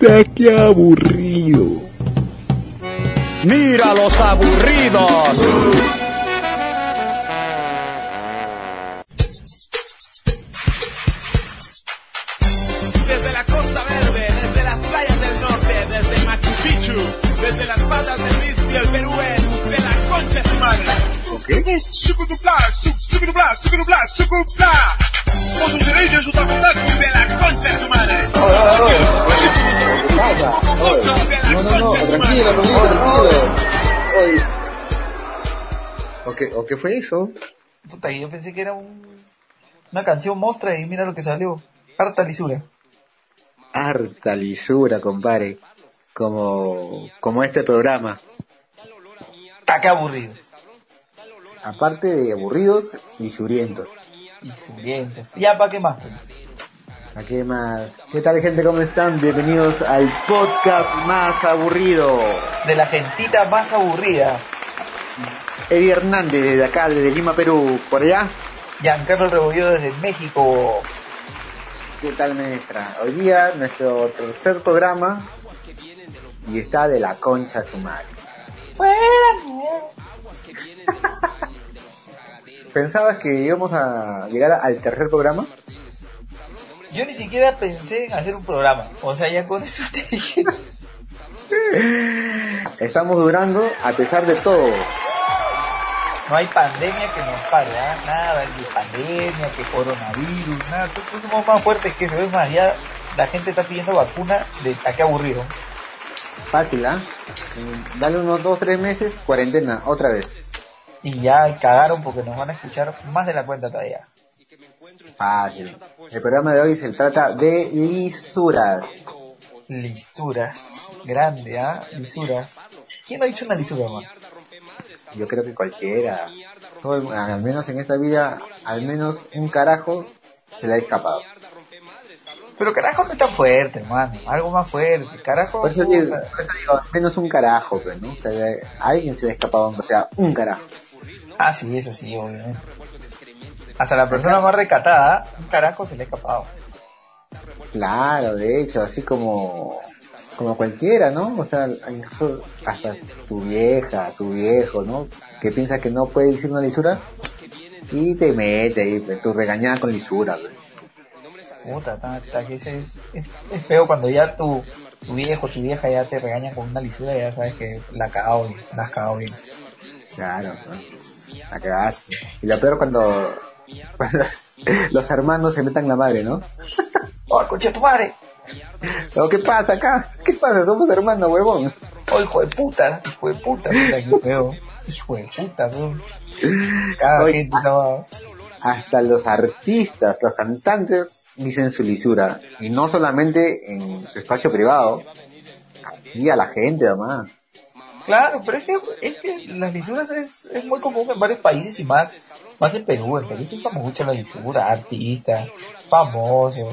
Puta, qué aburrido. ¡Mira los aburridos! Desde la Costa Verde, desde las playas del norte, desde Machu Picchu, desde las patas del Istmo y el Perú de la concha de su madre. ¿Qué? Sucutupla, sucutupla, sucutupla. Con sus derechos, su tacotaco de la concha de su madre. De la concha de su madre. Tranquilo. ¿O qué fue eso? Puta, yo pensé que era una canción mostra y mira lo que salió. Harta lisura. Harta lisura, compadre. Como este programa. Qué aburrido. Aparte de aburridos, lisurientos. Lisurientos. Ya, ¿para qué más? ¿A qué más? ¿Qué tal, gente? ¿Cómo están? Bienvenidos al podcast más aburrido. De la gentita más aburrida. Eddie Hernández, desde acá, desde Lima, Perú. ¿Por allá? Giancarlo Rebolledo desde México. ¿Qué tal, maestra? Hoy día, nuestro tercer programa. Y está de la concha su madre. ¿Pensabas que íbamos a llegar al tercer programa? Yo ni siquiera pensé en hacer un programa. O sea, ya con eso te dije. Estamos durando a pesar de todo. No hay pandemia que nos pare, ¿eh? Nada de pandemia, que coronavirus, nada. Nosotros somos más fuertes que eso. Es más, ya la gente está pidiendo vacuna de a qué aburrido. Fácil, ¿ah? Dale unos 2-3 meses, cuarentena, otra vez. Y ya cagaron porque nos van a escuchar más de la cuenta todavía. Fácil. El programa de hoy se trata de lisuras. Lisuras. Grande, ¿ah? Lisuras. ¿Quién ha dicho una lisura, man? Yo creo que cualquiera. Al menos en esta vida, al menos un carajo se le ha escapado. Pero carajo no es tan fuerte, hermano. Algo más fuerte. Carajo. Por eso digo, al menos un carajo, pues, ¿no? O sea, a alguien se le ha escapado, aunque sea un carajo. Ah, sí, eso sí, obviamente. Hasta la persona más recatada, un carajo se le ha escapado. Claro, de hecho, así como cualquiera, ¿no? O sea, incluso hasta tu vieja, tu viejo, ¿no? Que piensa que no puede decir una lisura y te mete ahí, pues, tu regañada con lisura, pues. Puta, que ese es feo cuando ya tu viejo, tu vieja ya te regañan con una lisura y ya sabes que la has cagado bien. Claro, ¿no? La cagaste. Y lo peor cuando los hermanos se metan la madre, ¿no? ¡Oh, concha tu madre! ¿O qué pasa acá? ¿Qué pasa? Somos hermanos, huevón. ¡Oh, hijo de puta! Puta, qué feo. Hijo de puta, bro. Cada Oye, gente estaba... Hasta los artistas, los cantantes dicen su lisura. Y no solamente en su espacio privado, y a la gente, además. Claro, pero es que las lisuras es muy común en varios países y más en Perú. En Perú se usa mucho la lisura, artistas, famosos,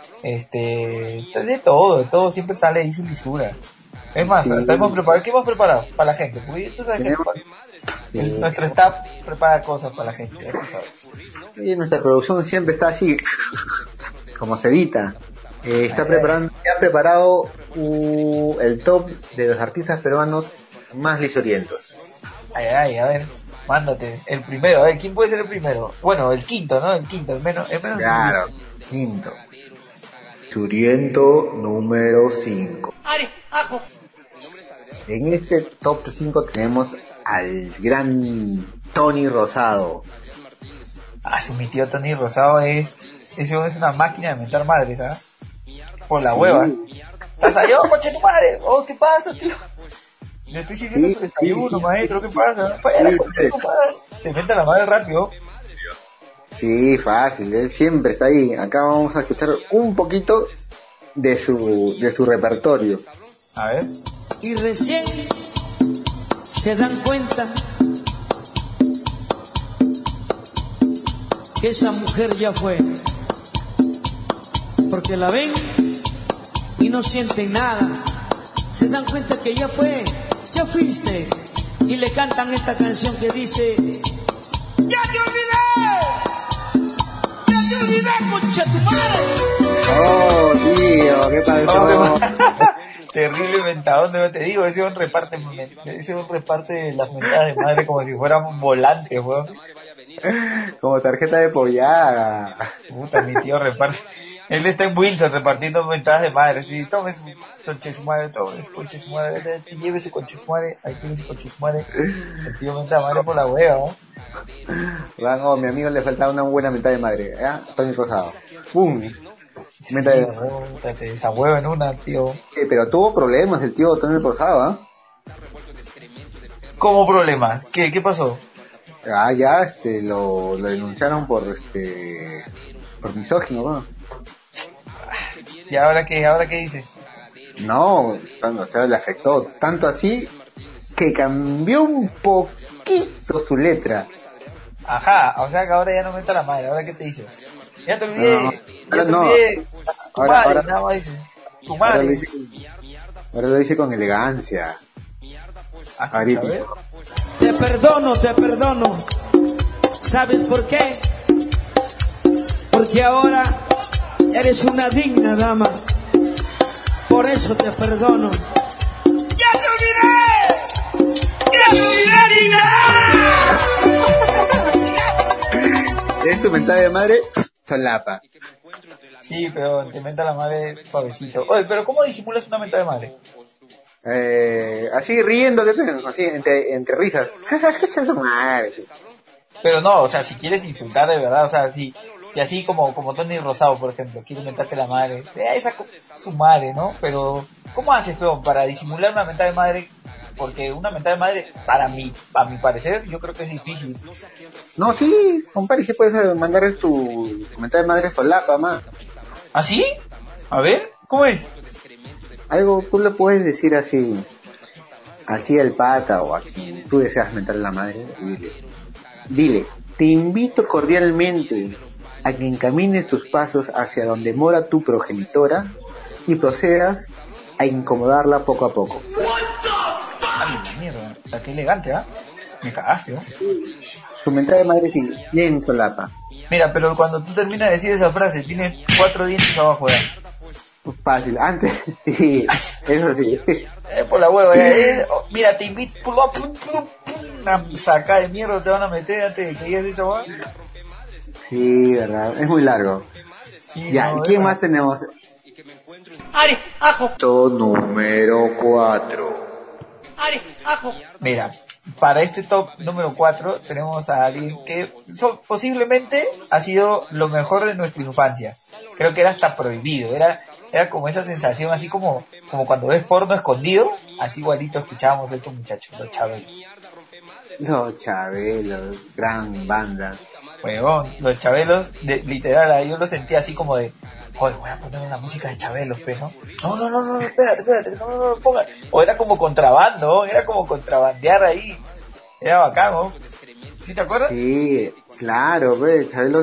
de todo siempre sale ahí su lisura. Es más, Sí. ¿qué hemos preparado para la gente? Porque tú sabes que nuestro staff prepara cosas para la gente, ya tú sabes. Y nuestra producción siempre está así, como sedita. Ya ha preparado el top de los artistas peruanos más lisurientos. Ay, a ver, mándate. El primero, a ver, ¿quién puede ser el primero? Bueno, el quinto, ¿no? El menos. Claro, quinto. Lisuriento número 5. En este top 5 tenemos al gran Tony Rosado. Ah, mi tío Tony Rosado ese hombre es una máquina de mentar madres, ¿sabes? Por la hueva. ¿Estás ahí? ¡Oh, coche tu madre! ¡Oh, qué pasa, tío! Le estoy sirviendo su desayuno, maestro, ¿qué pasa? ¡Fuera, coche tu madre! Te menta la madre rápido. Sí, fácil, él siempre está ahí. Acá vamos a escuchar un poquito de su repertorio. A ver. Y recién se dan cuenta que esa mujer ya fue, porque la ven y no sienten nada. Se dan cuenta que ya fue, ya fuiste, y le cantan esta canción que dice: ¡Ya te olvidé! ¡Ya te olvidé, concha tu madre! Oh, tío, ¿qué pasó? Terrible mentadón, no te digo, ese es un reparte las mentadas de madre como si fueran volantes, weón. Como tarjeta de pollada. Puta, mi tío reparte. Él está en Wilson repartiendo mentadas de madre. Sí, tome su conche su madre, tome su conche su madre, llévese conche su madre, ahí tiene su conche su madre. El tío menta de madre por la hueva, ¿no? Van, mi amigo le faltaba una buena mentada de madre. Tony Rosado. ¡Pum! Sí, te desahueva en una, tío. Pero tuvo problemas el tío Tony Rosado, ¿ah? ¿Cómo problemas? ¿Qué pasó? Ya, lo denunciaron por misógino, ¿no? ¿Y ahora qué dice? No, o sea, le afectó tanto así que cambió un poquito su letra. Ajá, o sea que ahora ya no menta la madre, ¿ahora qué te dice? Ya te olvidé, tu madre, nada más dice, tu madre. Ahora lo dice con elegancia. Te perdono. ¿Sabes por qué? Porque ahora eres una digna dama. Por eso te perdono. ¡Ya te olvidé! ¡Digna dama! Es su mentada de madre, solapa. Sí, pero te menta la madre suavecito. Oye, pero ¿cómo disimulas una mentada de madre? Así riéndote, así entre risas. Su madre. Pero no, o sea, si quieres insultar de verdad, o sea, si así como Tony Rosado, por ejemplo, quiere mentarte la madre, esa su madre, ¿no? Pero ¿cómo haces, peón, para disimular una mentada de madre? Porque una mentada de madre, a mi parecer, yo creo que es difícil. No, sí, compadre, sí puedes mandar tu mentada de madre solapa, más. ¿Ah, sí? A ver, ¿cómo es? Algo, tú le puedes decir así al pata o a quien tú deseas mentarle la madre y dile, te invito cordialmente a que encamines tus pasos hacia donde mora tu progenitora y procedas a incomodarla poco a poco. Ay, mierda, o sea, qué elegante, ¿ah? Me cagaste, ¿no? Su mentada de madre sí, bien solapa. Mira, pero cuando tú terminas de decir esa frase, tienes 4 dientes abajo, ¿ya? Fácil, antes, sí, eso sí. Por la hueva, mira, te invito, una saca de mierda te van a meter antes de que digas esa hueva. Sí, verdad, es muy largo. Sí, ya, no, ¿quién más tenemos? Ari, ajo. Top número 4. Ari, ajo. Mira, para este top número 4 tenemos a alguien que posiblemente ha sido lo mejor de nuestra infancia. Creo que era hasta prohibido, era como esa sensación así como cuando ves porno escondido, así igualito escuchábamos a estos muchachos, los Chabelos. Los Chabelos, gran banda. Huevón, los Chabelos, literal, yo lo sentía así como de, oye, voy a poner una música de Chabelos, ¿no? No, espérate, no ponga. O era como contrabando, era como contrabandear ahí, era bacán, ¿no? ¿Sí te acuerdas? Sí, claro, pues, Chabelos,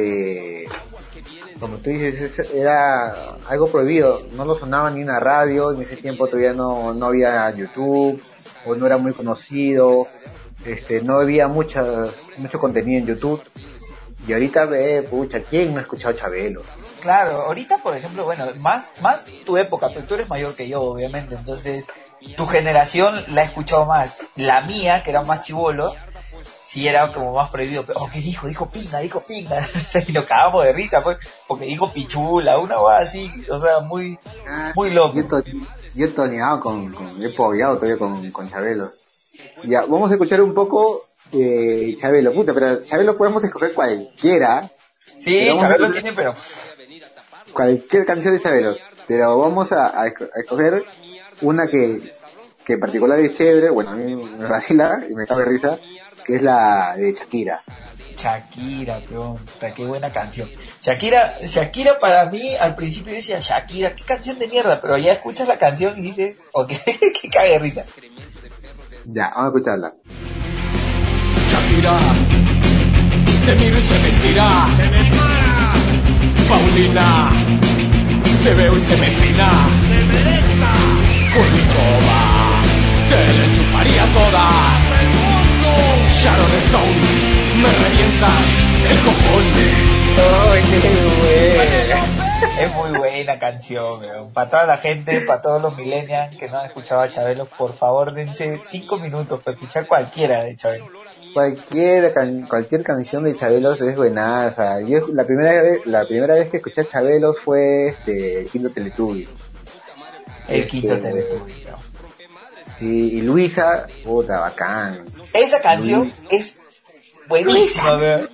como tú dices, era algo prohibido, no lo sonaba ni en la radio, en ese tiempo todavía no había YouTube, o no era muy conocido, no había mucho contenido en YouTube, y ahorita pucha, ¿quién no ha escuchado Chabelo? Claro, ahorita por ejemplo, bueno, más tu época, pero tú eres mayor que yo, obviamente, entonces tu generación la ha escuchado más, la mía, que era más chibolo, sí era como más prohibido, pero ¿qué dijo? Dijo pinga, y nos cagamos de risa, pues, porque dijo pichula, una cosa así, o sea, muy loco. Yo he toneado he pogueado todavía con Chabelo. Ya, vamos a escuchar un poco Chabelo, puta, pero Chabelo podemos escoger cualquiera. Sí, Chabelo tiene, pero cualquier canción de Chabelo, pero vamos a escoger una que en particular es chévere, bueno, a mí me vacila y me cabe risa, que es la de Shakira. Shakira, peón, qué buena canción. Shakira para mí, al principio decía, Shakira, qué canción de mierda, pero ya escuchas la canción y dices, que cague de risa. Ya, vamos a escucharla. Shakira, te miro y se me estira. Se me para. Paulina, te veo y se me empina. Se me erecta. Con mi coba, te la enchufaría toda. El mundo. Sharon Stone, me revientas el cojón. ¡Ay, qué bueno! Es muy buena canción, weón. Para toda la gente, para todos los millennials que no han escuchado a Chabelo, por favor dense 5 minutos para escuchar cualquiera de Chabelo. Cualquier canción de Chabelos es buena. O sea, yo la primera vez que escuché a Chabelos fue el quinto Teletubby. El quinto Teletubby, ¿no? Sí, y Luisa, puta, bacán. Esa canción es buenísima, weón.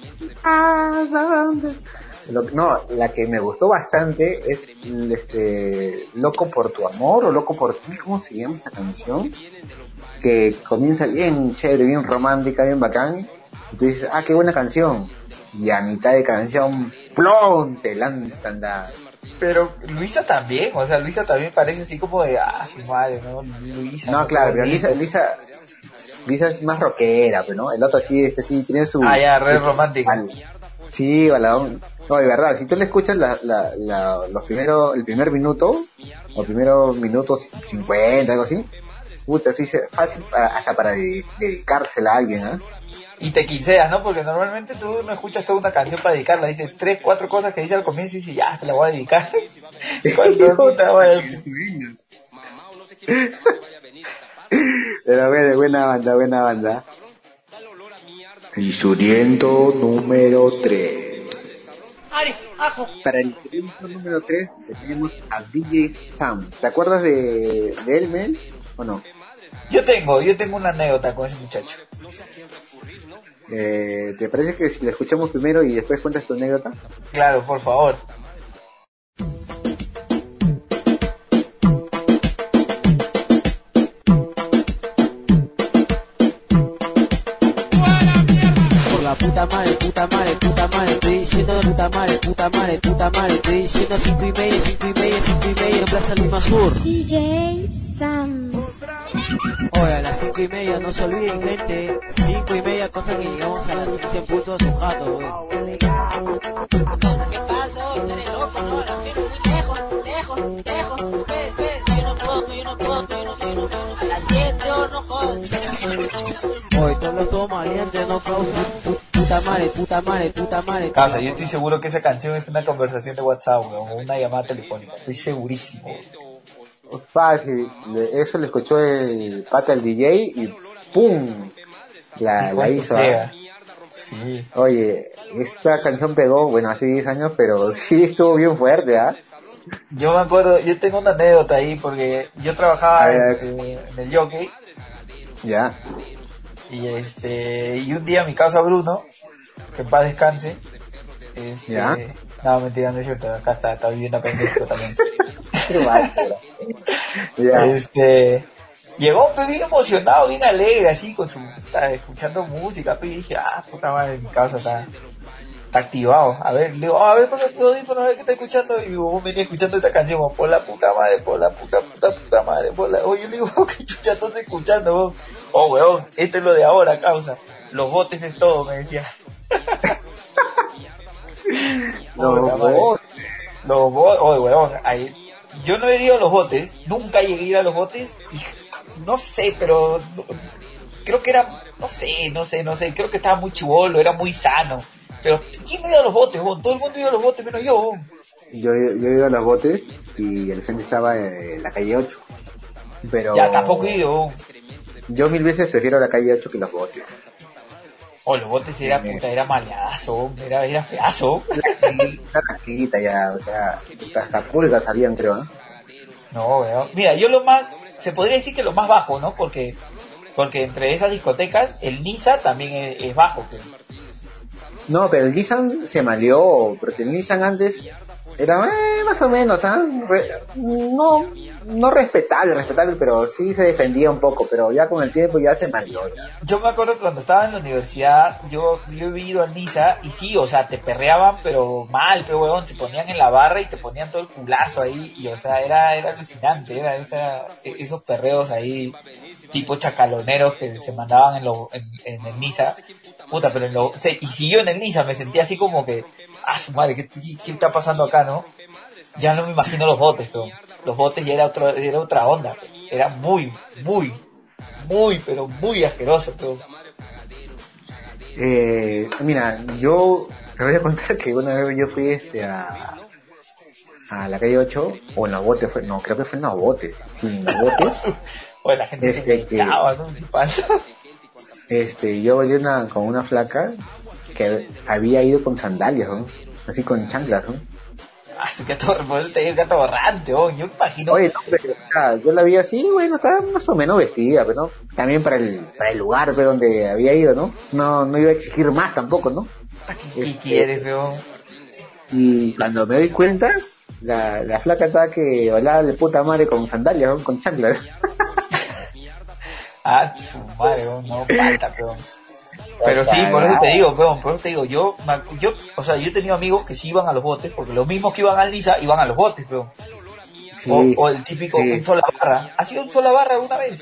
No, la que me gustó bastante es Loco por tu amor o Loco por ti, ¿cómo se llama esta canción? Que comienza bien chévere, bien romántica, bien bacán. Y tú dices, qué buena canción. Y a mitad de canción, ¡plum!, te lanzan la... Pero Luisa también, o sea, Luisa también parece así como de, su madre, ¿no? Luisa. No, claro, pero Luisa es más rockera, pero no, el otro sí es así, tiene su... ya, re romántico. Sí, baladón. No, de verdad, si tú le escuchas el primer minuto, o primeros minutos 50, algo así, puta, tú dices, fácil hasta para dedicársela a alguien, ¿ah? Y te quinceas, ¿no? Porque normalmente tú no escuchas toda una canción para dedicarla, dices 3, 4 cosas que dice al comienzo y dices, ya, se la voy a dedicar. Cuando puta, Pero buena banda. El suriendo número 3. Para el suriendo número 3 tenemos a DJ Sam. ¿Te acuerdas de él, Mel? ¿O no? Yo tengo una anécdota con ese muchacho. ¿Te parece que si la escuchamos primero y después cuentas tu anécdota? Claro, por favor. Puta madre, estoy diciendo puta madre, estoy diciendo 5:30, en Plaza Lima Sur. DJ Sam. Oye, a las 5:30, no se olviden, gente, 5:30, cosa que llegamos a las 15 puntos a su jato, pues. ¿Qué pasa? Tú eres loco, ¿no? La gente muy lejos, yo no puedo, a las 7 no jodas. Oye, todos los maleantes no causan. Puta madre. Causa, yo estoy seguro que esa canción es una conversación de WhatsApp, o una llamada telefónica. Estoy segurísimo. Fácil, eso le escuchó el pata al DJ y ¡pum! La hizo. Sí. Oye, esta canción pegó, bueno, hace 10 años, pero sí estuvo bien fuerte, ¿ah? Yo me acuerdo, yo tengo una anécdota ahí, porque yo trabajaba en el Jockey. Ya. Y un día mi casa Bruno, que en paz descanse, ¿ya? No, mentira, no es cierto, acá está viviendo acá en México también. Ya. Llegó bien emocionado, bien alegre, así, escuchando música, y dije, puta madre, mi casa está activado. A ver, le digo, pasa tu audífono, a ver qué está escuchando. Y vos venía escuchando esta canción, por la puta madre, Oye, yo le digo, ¿qué chucha estás escuchando vos? Weón, esto es lo de ahora, causa. Los botes es todo, me decía. Los botes. Weón, yo no he ido a los botes, nunca llegué a ir a los botes, y no sé, pero creo que era, no sé, creo que estaba muy chibolo, era muy sano. Pero, ¿quién no iba a los botes, vos? Todo el mundo iba a los botes, menos yo. Yo he ido a los botes y el gente estaba en la calle 8. Pero... Ya, tampoco he ido. Yo 1000 veces prefiero la calle 8 que los botes. Los botes era maleazo, era feazo. Una casquita ya, o sea, hasta pulgas salían, creo, ¿no? No, weón. Mira, yo se podría decir que lo más bajo, ¿no? Porque entre esas discotecas, el Niza también es bajo, pero... No, pero el Nissan se maleó, porque el Nissan antes era más o menos, no respetable, pero sí se defendía un poco, pero ya con el tiempo ya se maleó. Yo me acuerdo que cuando estaba en la universidad, yo he ido al Niza, y sí, o sea, te perreaban, pero mal, pero huevón, te ponían en la barra y te ponían todo el culazo ahí, y o sea, era alucinante, esos perreos ahí, tipo chacaloneros que se mandaban en el Niza. Puta, pero y si yo en el Niza me sentía así como que, su madre, ¿qué está pasando acá, no? Ya no me imagino los botes, pero los botes ya era otra onda, era muy, pero muy asqueroso, pero... Mira, yo te voy a contar que una vez yo fui a la calle 8, o en los botes fue, no, creo que fue en los botes, sí, en los botes. O la gente se peinaba, ¿no? Yo volví con una flaca que había ido con sandalias, ¿no? Así con chanclas, ¿no? Su gato, pues te gato borrante, yo me imagino. Oye, no, pero, yo la vi así, bueno, estaba más o menos vestida, pero no, también para el lugar pues, donde había ido, ¿no? No iba a exigir más tampoco, ¿no? ¿Qué quieres, weón? Y cuando me doy cuenta, la flaca estaba que bailaba de puta madre con sandalias, ¿no? Con chanclas. Su madre, no falta, weón. Pero sí, por eso te digo, weón, yo he tenido amigos que sí iban a los botes, porque los mismos que iban al Niza iban a los botes, weón. Sí, o el típico un sola barra. ¿Ha sido un sola barra alguna vez?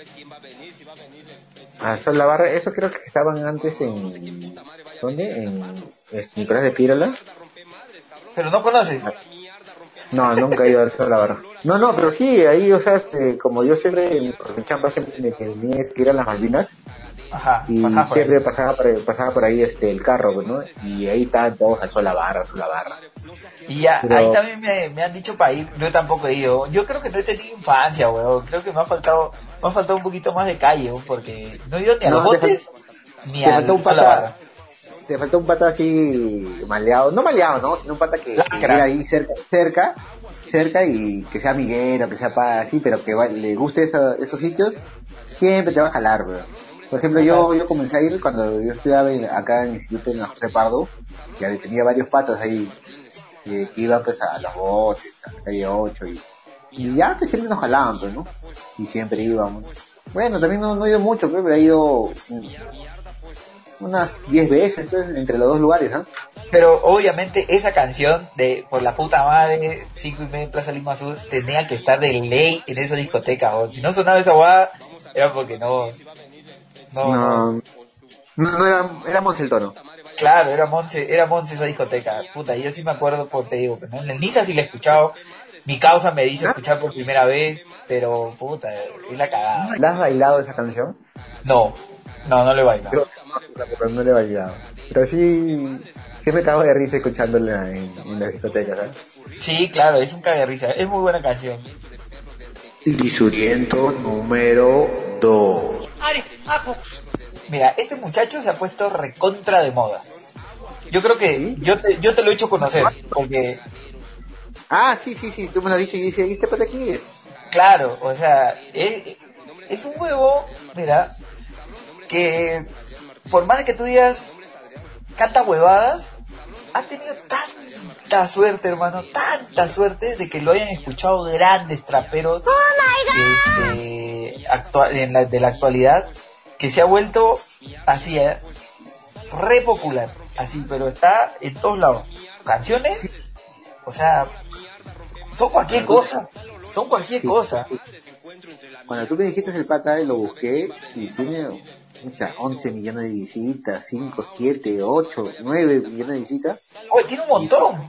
Sola barra, eso creo que estaban antes en... ¿Dónde? En Nicolás de Piérola. ¿Pero no conoces? No, nunca he ido a sola barra. No, pero sí, ahí, o sea, como yo siempre, en mi chamba siempre me tenía que ir a las Malvinas. Ajá, y siempre pasaba por ahí el carro, ¿no? Y ahí estaban todos a sola barra. Y ya, pero... ahí también me han dicho para ir, yo tampoco he ido. Yo creo que no he tenido infancia, weón. Creo que me ha faltado un poquito más de calle, weón, porque no he ido ni a los botes, ni a la barra. Te faltó un pata así maleado, no, sino un pata que era ahí cerca y que sea amiguero, que sea así, pero que le guste esos sitios, siempre te va a jalar, weón. Por ejemplo, yo comencé a ir cuando yo estudiaba acá en el instituto en la José Pardo, y tenía varios patas ahí que iban pues a los botes, a la calle 8 y ya pues siempre nos jalaban, pues, ¿no? Y siempre íbamos. Bueno, también no he ido mucho, pero he ido unas 10 veces pues, entre los dos lugares, ¿ah? Pero obviamente esa canción de Por la puta madre, 5:30 en Plaza Lima Sur, tenía que estar de ley en esa discoteca, o si no sonaba esa guada, era porque no era Monse el tono. Claro, era Monse esa discoteca. Puta, yo sí me acuerdo, por te digo, ¿no? En el Niza sí la he escuchado. Mi causa me dice escuchar por primera vez, pero puta, es la cagada. ¿La has bailado esa canción? No lo he bailado. No le he bailado. Pero sí me cago de risa escuchándola en las discotecas, ¿sabes? Sí, claro, es un cago de risa. Es muy buena canción. Lisuriento número 2. Mira, este muchacho se ha puesto recontra de moda. Yo creo que ¿sí? yo te lo he hecho conocer, porque... sí, tú me lo has dicho y dice, ¿y este para quién es? Claro, o sea, es un huevo, mira, que por más de que tú digas, canta huevadas, ha tenido tanta suerte, hermano, tanta suerte de que lo hayan escuchado grandes traperos de la actualidad, que se ha vuelto así, re popular, así, pero está en todos lados. Canciones, o sea, son cualquier cosa. Cuando tú me dijiste el pata, lo busqué y tiene 11 millones de visitas, 5, 7, 8, 9 millones de visitas. Oye, tiene un montón.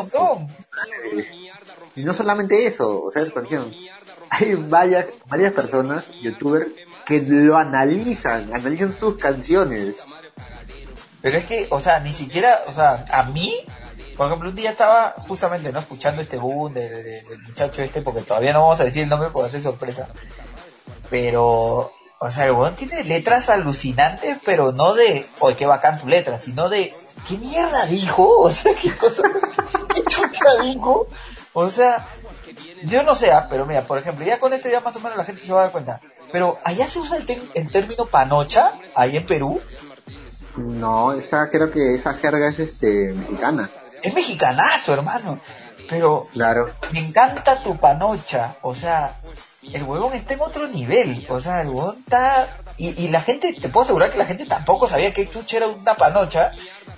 Y no solamente eso, o sea, su canción. Hay varias personas, youtubers, que lo analizan sus canciones. Pero es que, o sea, ni siquiera, o sea, a mí, por ejemplo, un día estaba justamente, ¿no?, escuchando este boom del muchacho porque todavía no vamos a decir el nombre por hacer sorpresa. Pero, o sea, el weón tiene letras alucinantes, pero no de, oye, qué bacán tu letra, sino de, ¿qué mierda dijo? O sea, qué chucha dijo. O sea, yo no sé, pero mira, por ejemplo, ya con esto ya más o menos la gente se va a dar cuenta. Pero allá se usa el término panocha, ahí en Perú. No, creo que esa jerga es mexicana. Es mexicanazo, hermano. Pero claro, me encanta tu panocha. O sea, el huevón está en otro nivel. O sea, el huevón está... Y la gente, te puedo asegurar que la gente tampoco sabía que chucha era una panocha.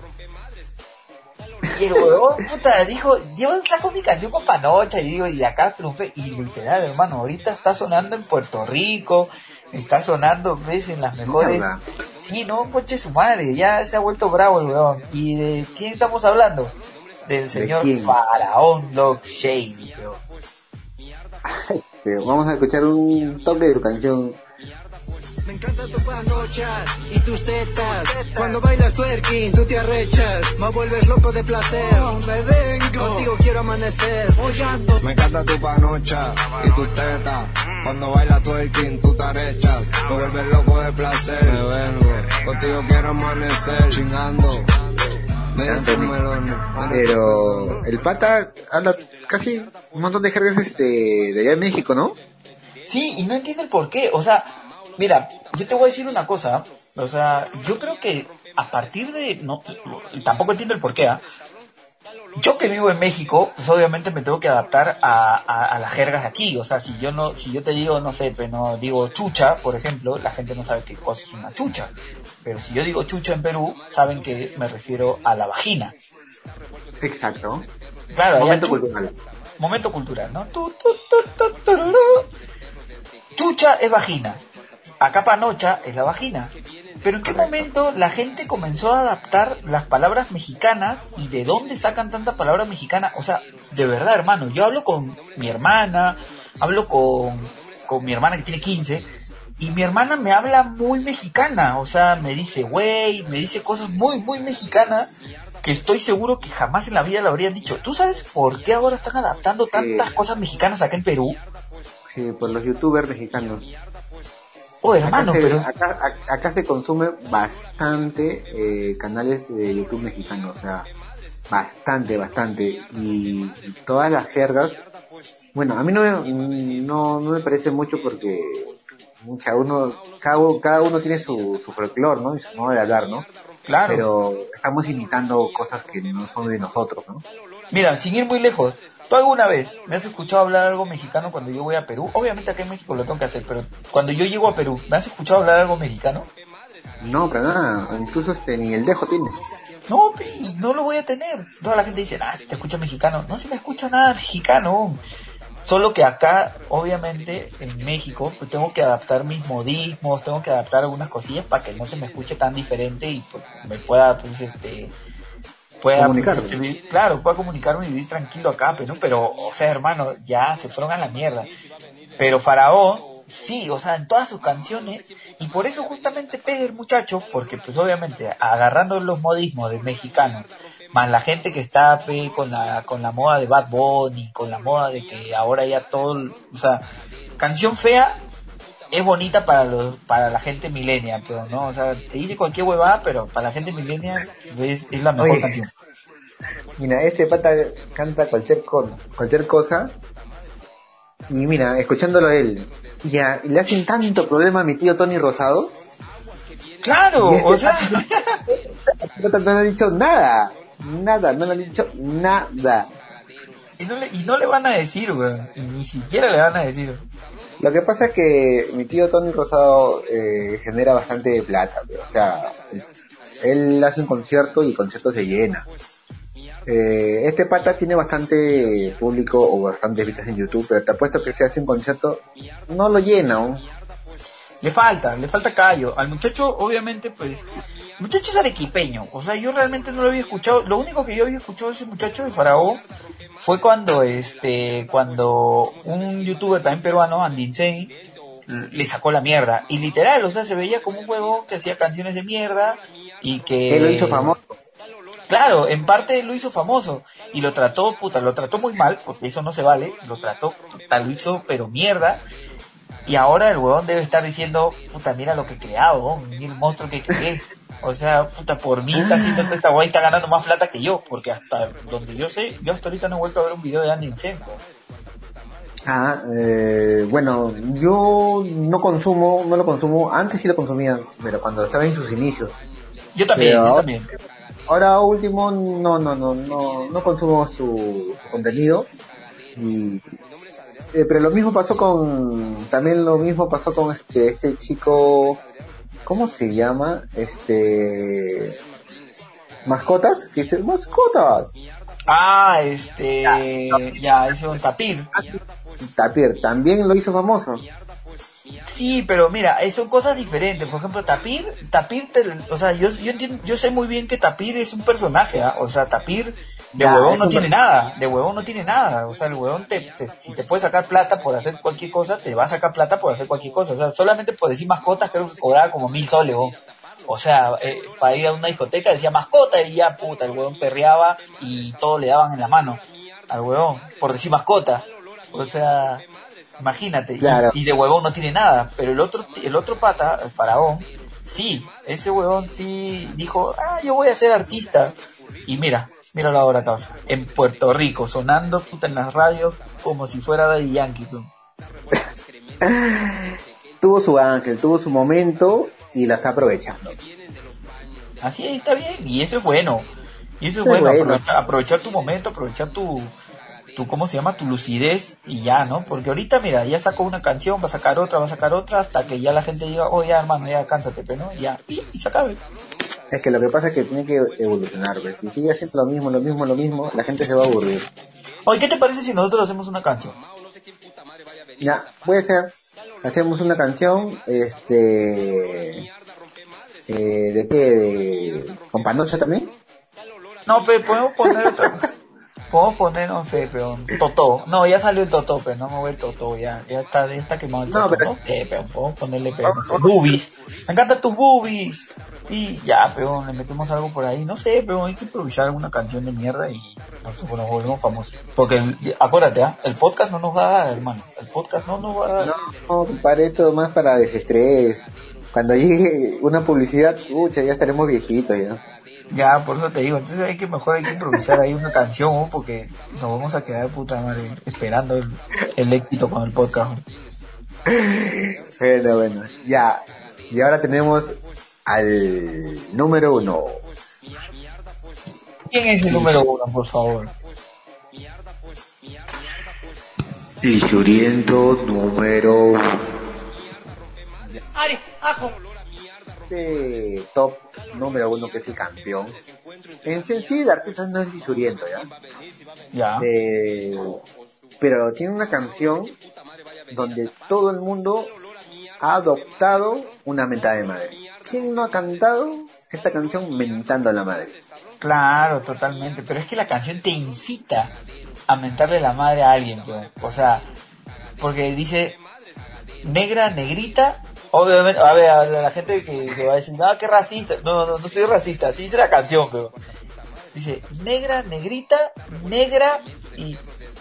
Y el huevón, puta, dijo, yo saco mi canción con panocha y digo, y de acá triunfé. Y literal, hermano, ahorita está sonando en Puerto Rico, está sonando, ves, en las mejores... Mierda. Sí, no, coche su madre, ya se ha vuelto bravo el huevón. ¿Y de quién estamos hablando? Del señor Faraón Love Shady, pero vamos a escuchar un toque de su canción. Me encanta tu panocha y tus tetas. Cuando bailas twerking, tú te arrechas. Me vuelves loco de placer. Me vengo, contigo quiero amanecer. Follando. Me encanta tu panocha y tus tetas. Cuando bailas twerking, tú te arrechas. Me vuelves loco de placer. Me vengo, contigo quiero amanecer. Chingando. Pero el pata habla casi un montón de jergas de allá en México, ¿no? Sí, y no entiendo el por qué. O sea, mira, yo te voy a decir una cosa. O sea, yo creo que a partir de... no, tampoco entiendo el por qué, ¿ah? Yo que vivo en México, pues obviamente me tengo que adaptar a las jergas de aquí. O sea, si yo te digo, no sé, pero no digo chucha, por ejemplo, la gente no sabe qué cosa es una chucha. Pero si yo digo chucha en Perú, saben que me refiero a la vagina. Exacto. Claro, momento cultural. Momento cultural, ¿no? Chucha es vagina. Acá panocha es la vagina. Pero ¿en qué momento la gente comenzó a adaptar las palabras mexicanas y de dónde sacan tanta palabra mexicana? O sea, de verdad, hermano, yo hablo con mi hermana, hablo con mi hermana que tiene 15, y mi hermana me habla muy mexicana, o sea, me dice güey, me dice cosas muy, muy mexicanas que estoy seguro que jamás en la vida le habrían dicho. ¿Tú sabes por qué ahora están adaptando tantas cosas mexicanas acá en Perú? Sí, por los youtubers mexicanos. Oh, hermano, acá se consume bastante canales de YouTube mexicanos, o sea, bastante, y todas las jergas, bueno, a mí no me parece mucho porque cada uno tiene su folclore, ¿no? Y su modo de hablar, ¿no? Claro. Pero estamos imitando cosas que no son de nosotros, ¿no? Mira, sin ir muy lejos, ¿tú alguna vez me has escuchado hablar algo mexicano cuando yo voy a Perú? Obviamente acá en México lo tengo que hacer, pero cuando yo llego a Perú, ¿me has escuchado hablar algo mexicano? No, para nada, incluso ni el dejo tienes. No, no lo voy a tener. Toda la gente dice, si te escucha mexicano. No se me escucha nada mexicano. Solo que acá, obviamente, en México, pues tengo que adaptar mis modismos, tengo que adaptar algunas cosillas para que no se me escuche tan diferente y pues, me pueda, pues, pueda comunicarme. Pueda comunicarme y vivir tranquilo acá, pero, o sea, hermano, ya se fueron a la mierda. Pero Faraón, sí, o sea, en todas sus canciones, y por eso justamente pega el muchacho, porque pues obviamente, agarrando los modismos de mexicanos, más la gente que está con la moda de Bad Bunny, con la moda de que ahora ya todo, o sea, canción fea es bonita para la gente millennial, pero no, o sea, te dice cualquier huevada, pero para la gente millennial es la mejor canción. Mira, este pata canta cualquier cosa, y mira, escuchándolo a él, y le hacen tanto problema a mi tío Tony Rosado. Claro, o sea, no le han dicho nada, no le han dicho nada. Y no le van a decir, güey, ni siquiera le van a decir. Lo que pasa es que mi tío Tony Rosado genera bastante plata, pero, o sea, él hace un concierto y el concierto se llena. Este pata tiene bastante público o bastantes vistas en YouTube, pero te apuesto que si hace un concierto no lo llena, ¿no? Le falta callo. Al muchacho, obviamente, pues, el muchacho es arequipeño. O sea, yo realmente no lo había escuchado. Lo único que yo había escuchado de ese muchacho de Faraón fue cuando un youtuber también peruano, Andy Insane, le sacó la mierda. Y literal, o sea, se veía como un juego que hacía canciones de mierda y que... Él lo hizo famoso. Claro, en parte lo hizo famoso. Y lo trató muy mal, porque eso no se vale. Lo hizo, pero mierda. Y ahora el huevón debe estar diciendo, puta, mira lo que he creado, mira el monstruo que creé. O sea, puta, por mí está haciendo esta guay, está ganando más plata que yo, porque hasta donde yo sé, yo hasta ahorita no he vuelto a ver un video de Andy Insane. Bueno, yo no lo consumo, antes sí lo consumía, pero cuando estaba en sus inicios. Yo también. Ahora último no consumo su contenido y pero lo mismo pasó con este chico, ¿cómo se llama? Mascotas, que dice mascotas. Ya, ese es un Tapir. Tapir también lo hizo famoso. Sí, pero mira, son cosas diferentes. Por ejemplo, Tapir, o sea, yo entiendo, yo sé muy bien que Tapir es un personaje, ¿eh? O sea, Tapir De Ya, huevón eso no tiene nada, de huevón no tiene nada. O sea, el huevón si te puede sacar plata por hacer cualquier cosa, te va a sacar plata por hacer cualquier cosa. O sea, solamente por decir mascotas creo que cobraba como 1.000 soles, huevón. O sea, para ir a una discoteca decía mascota y ya puta, el huevón perreaba y todo le daban en la mano al huevón, por decir mascota. O sea, imagínate, Claro. y de huevón no tiene nada, pero el otro pata, el faraón, sí, ese huevón sí dijo, yo voy a ser artista. Y míralo ahora, causa, en Puerto Rico, sonando puta en las radios como si fuera Daddy Yankee, tú. Tuvo su ángel, tuvo su momento y la está aprovechando. Así es, está bien, y eso es bueno. Y eso es Eso es bueno, bueno. aprovechar tu momento, aprovechar tu ¿cómo se llama? Tu lucidez y ya, ¿no? Porque ahorita, mira, ya sacó una canción, va a sacar otra, hasta que ya la gente diga, ya hermano, ya cánsate, pero no, ya, y se acabe. Es que lo que pasa es que tiene que evolucionar, ¿ves? Si sigue haciendo lo mismo, la gente se va a aburrir. Oye, ¿qué te parece si nosotros hacemos una canción? Ya, puede ser. Hacemos una canción, ¿de qué? ¿Con Panocha también? No, pero podemos poner otra cosa. Podemos poner, no sé, pero Totó. No, ya salió el Totó, pero no me voy el Totó, ya está quemado el Totó. No, pero... pero podemos ponerle, pero no sé, boobies. Me encantan tus boobies. Y ya, pero le metemos algo por ahí, no sé, pero hay que improvisar alguna canción de mierda y nos volvemos famosos. Porque, acuérdate, el podcast no nos va a dar, hermano. El podcast no nos va a dar. No, para esto más para desestrés. Cuando llegue una publicidad, ya estaremos viejitos ya. Ya, por eso te digo, entonces hay que improvisar ahí una canción, ¿no? Porque nos vamos a quedar puta madre esperando el éxito con el podcast. Bueno, ya. Y ahora tenemos al número 1. ¿Quién es el número 1, por favor? Lisuriento número 1. Ari, ajo. Este top número 1 que es el campeón. En sí el artista no es Lisuriento, ¿ya? Pero tiene una canción donde todo el mundo ha adoptado una mentada de madre. ¿Quién no ha cantado esta canción mentando a la madre? Claro, totalmente, pero es que la canción te incita a mentarle la madre a alguien, pues. O sea, porque dice negra, negrita, obviamente, a ver, a la gente que va a decir, qué racista, no soy racista, así dice la canción, pero dice negra, negrita, negra y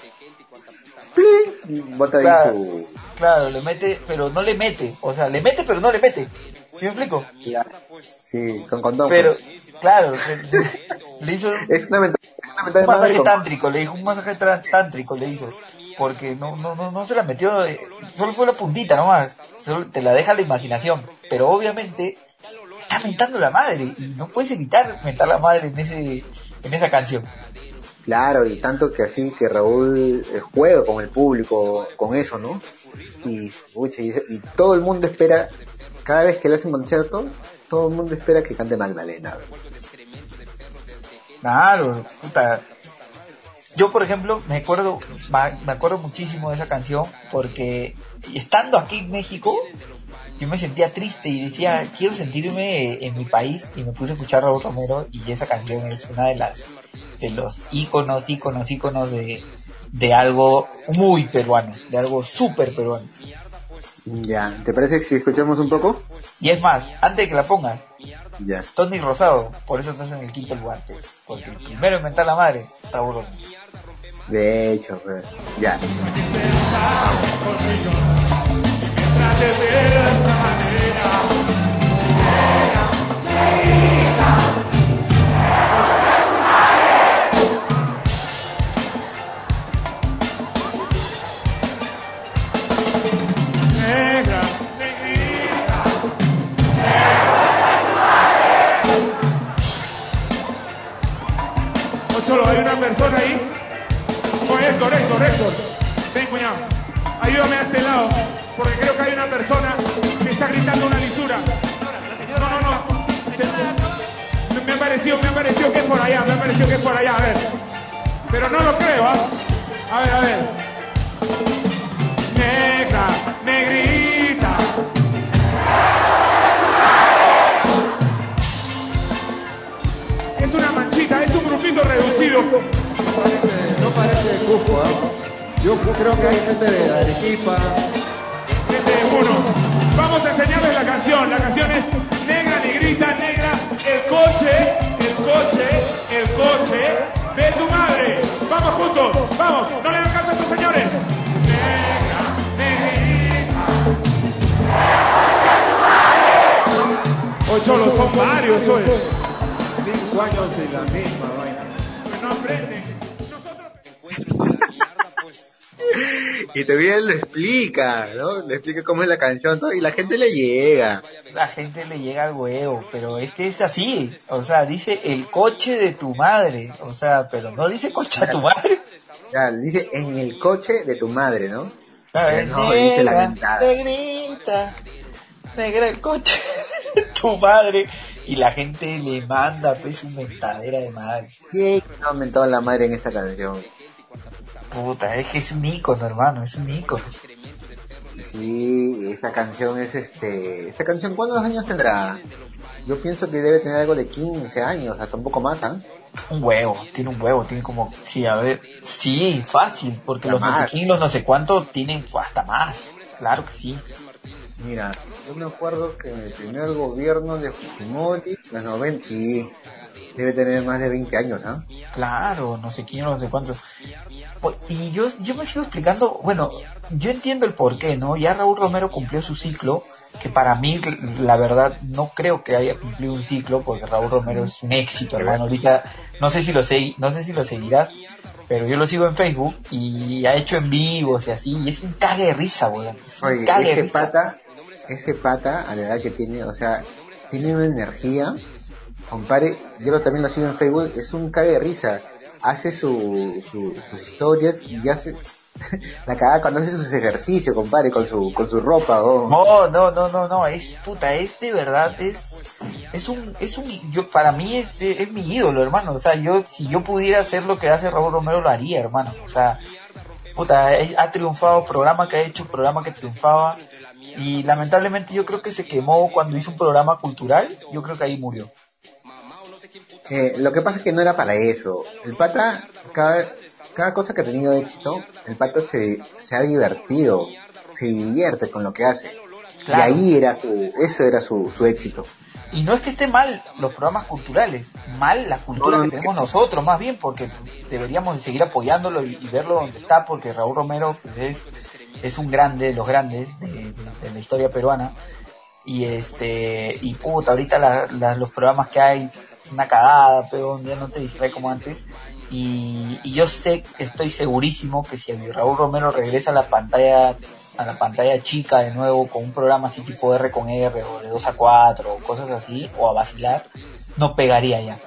bota claro, ahí su... claro, le mete, pero no le mete, o sea, le mete pero no le mete. ¿Sí me explico? Sí, con condón. Pero, claro, le hizo es una mentada de un masaje madre tántrico, le dijo un masaje tántrico, le hizo, porque no se la metió, solo fue la puntita nomás, solo te la deja la imaginación, pero obviamente está mentando la madre y no puedes evitar mentar la madre en esa canción. Claro, y tanto que así que Raúl juega con el público con eso, ¿no? Y todo el mundo espera, cada vez que le hacen concierto, todo el mundo espera que cante Magdalena. Claro, puta. Yo, por ejemplo, me acuerdo muchísimo de esa canción porque estando aquí en México, yo me sentía triste y decía, quiero sentirme en mi país, y me puse a escuchar a Raúl Romero y esa canción es una de los íconos de algo muy peruano, de algo súper peruano. Ya, ¿te parece que si escuchamos un poco? Y es más, antes de que la pongas, Ya. Tony Rosado, por eso estás en el quinto lugar, porque el primero en mentar la madre, Raúl Romero. De hecho, pues, ya. Solo hay una persona ahí. Héctor. Ven, cuñado. Ayúdame a este lado. Porque creo que hay una persona que está gritando una lisura. No. Me pareció que es por allá. A ver. Pero no lo creo, ¿ah? A ver. Negra, negrita. Es una manchita, es un grupito reducido. Yo creo que hay gente de Arequipa. Uno. Vamos a enseñarles la canción. La canción es Negra, Negrita, Negra, el coche de tu madre. Vamos juntos, vamos, no le hagan caso a estos señores. Negra, Negrita. Hoy solo son varios, hoy. 5 años de la misma vaina. No aprenden. Y todavía lo explica, ¿no? Le explica cómo es la canción, todo, y la gente le llega. La gente le llega al huevo, pero es que es así. O sea, dice el coche de tu madre. O sea, pero no dice coche de tu madre. Ya, dice en el coche de tu madre, ¿no? No, dice la mentada. Negrita, negra el coche de tu madre. Y la gente le manda pues su mentadera de madre. ¿Quién no ha mentado la madre en esta canción? Puta, es que es un ícono, hermano, es un ícono. Sí, esta canción es esta canción, ¿cuántos años tendrá? Yo pienso que debe tener algo de 15 años, hasta un poco más, ¿ah? Un huevo, tiene como, sí, a ver, sí, fácil, porque los no sé quién, los no sé cuánto tienen hasta más, claro que sí. Mira, yo me acuerdo que en el primer gobierno de Fujimori, los 90, sí, debe tener más de 20 años, ¿ah? Claro, no sé quién, no sé cuántos. Y yo me sigo explicando, bueno, yo entiendo el porqué, ¿no? Ya Raúl Romero cumplió su ciclo, que para mí, la verdad, no creo que haya cumplido un ciclo, porque Raúl Romero es un éxito, hermano. Ahorita, no sé si lo seguirás, pero yo lo sigo en Facebook, y ha hecho en vivos y así, y es un cague de risa, weón. Oye, ese pata, a la edad que tiene, o sea, tiene una energía, compadre, yo también lo sigo en Facebook, es un cague de risa. Hace sus historias y hace la cagada cuando hace sus ejercicios, compadre, con su ropa, oh. No, es de verdad, yo, para mí es mi ídolo, hermano. O sea, si yo pudiera hacer lo que hace Raúl Romero, lo haría, hermano. O sea, ha triunfado, programa que triunfaba, y lamentablemente yo creo que se quemó cuando hizo un programa cultural. Yo creo que ahí murió. Lo que pasa es que no era para eso. El pata, cada cosa que ha tenido éxito, el pata se ha divertido, se divierte con lo que hace. Claro. Y ahí eso era su éxito. Y no es que esté mal los programas culturales, mal la cultura que tenemos nosotros, más bien, porque deberíamos seguir apoyándolo y verlo donde está, porque Raúl Romero pues, es un grande de los grandes de la historia peruana. Y puta, ahorita los programas que hay, una cagada, pero ya no te distrae como antes. Y yo estoy segurísimo que si Raúl Romero regresa a la pantalla chica de nuevo con un programa así tipo R con R o de 2 a 4 o cosas así, o a vacilar, no pegaría ya.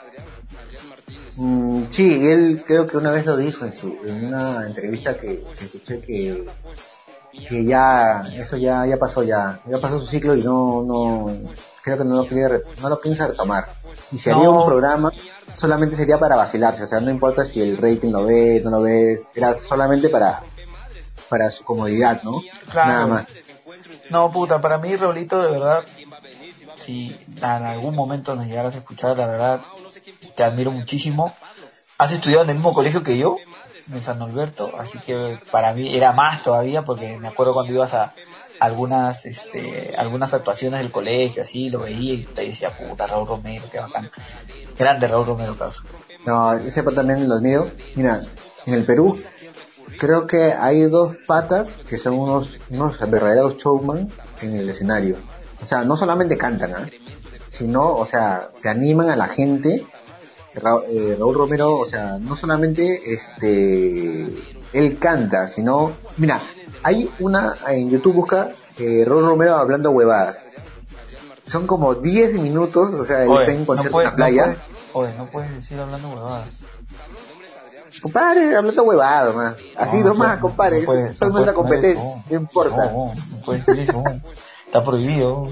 Sí, él creo que una vez lo dijo en una entrevista que escuché que ya eso ya pasó su ciclo y no creo que no lo piensa retomar. Y si haría un programa solamente sería para vacilarse, o sea, no importa si el rating lo ve, no lo ves, era solamente para su comodidad, ¿no? Claro. Nada más. No, puta, para mí, Raulito, de verdad, si en algún momento nos llegaras a escuchar, la verdad, te admiro muchísimo. Has estudiado en el mismo colegio que yo, en San Norberto, así que para mí era más todavía, porque me acuerdo cuando ibas a algunas actuaciones del colegio, así, lo veía y te decía, puta, Raúl Romero, qué bacán. Grande Raúl Romero, caso. No, ese pata también los míos. Mira, en el Perú, creo que hay 2 patas que son unos verdaderos showman en el escenario. O sea, no solamente cantan, sino, o sea, te animan a la gente. Raúl Romero, o sea, no solamente él canta, sino, mira, hay una en YouTube, busca Raúl Romero hablando huevadas. Son como 10 minutos, o sea, él está en concierto en la playa. No puedes decir hablando huevadas. Compadre, hablando huevado, más. Así nomás, compadre. Soy nuestra competencia, no importa. No puedes decir eso. Está prohibido.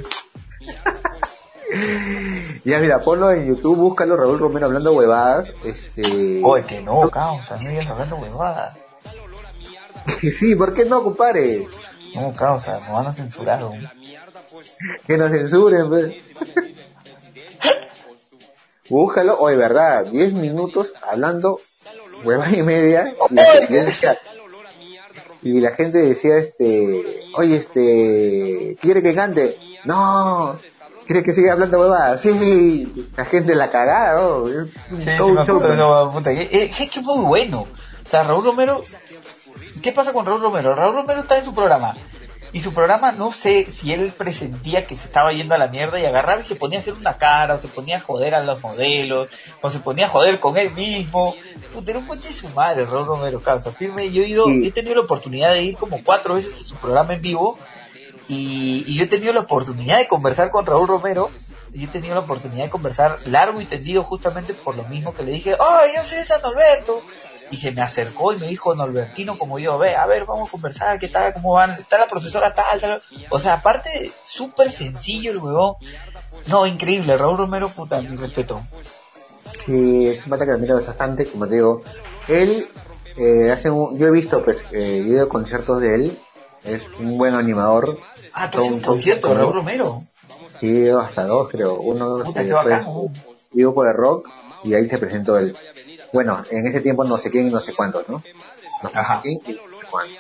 Ya, mira, ponlo en YouTube, búscalo, Raúl Romero hablando huevadas. Oye, que no, causa, no digas hablando huevadas. Sí, ¿por qué no, compadre? No, causa, nos van a censurar, ¿no? Que nos censuren, pues. Búscalo, oye, verdad, 10 minutos hablando hueva y media. y la gente decía, oye, ¿quiere que cante? No, ¿quiere que siga hablando huevadas? Sí, la gente la cagada, ¿no? Sí, me acuerdo de eso, puta, es que muy bueno. O sea, Raúl Romero, ¿qué pasa con Raúl Romero? Raúl Romero está en su programa. Y su programa, no sé si él presentía que se estaba yendo a la mierda y agarraba y se ponía a hacer una cara, o se ponía a joder a los modelos, o se ponía a joder con él mismo. Puta, era un coche de su madre, Raúl Romero, causa firme. Yo he tenido la oportunidad de ir como 4 veces a su programa en vivo, y yo he tenido la oportunidad de conversar con Raúl Romero, y he tenido la oportunidad de conversar largo y tendido justamente por lo mismo que le dije, ¡ay, yo soy San Alberto! Y se me acercó y me dijo, Norbertino, como yo, a ver, vamos a conversar, ¿qué tal? ¿Cómo van? Está la profesora tal. O sea, aparte, súper sencillo el huevón. No, increíble, Raúl Romero, puta, mi respeto. Sí, es un pata que admiro bastante, como te digo. Él, yo he visto, pues, yo he ido a conciertos de él. Es un buen animador. Ah, ¿tú has hecho un concierto de Raúl Romero? Sí, he ido hasta 2, creo. Uno puta, qué bacán. Vivo por el Rock, y ahí se presentó él. Bueno, en ese tiempo no sé quién y no sé cuántos, ¿no? No sé quién y no sé cuántos.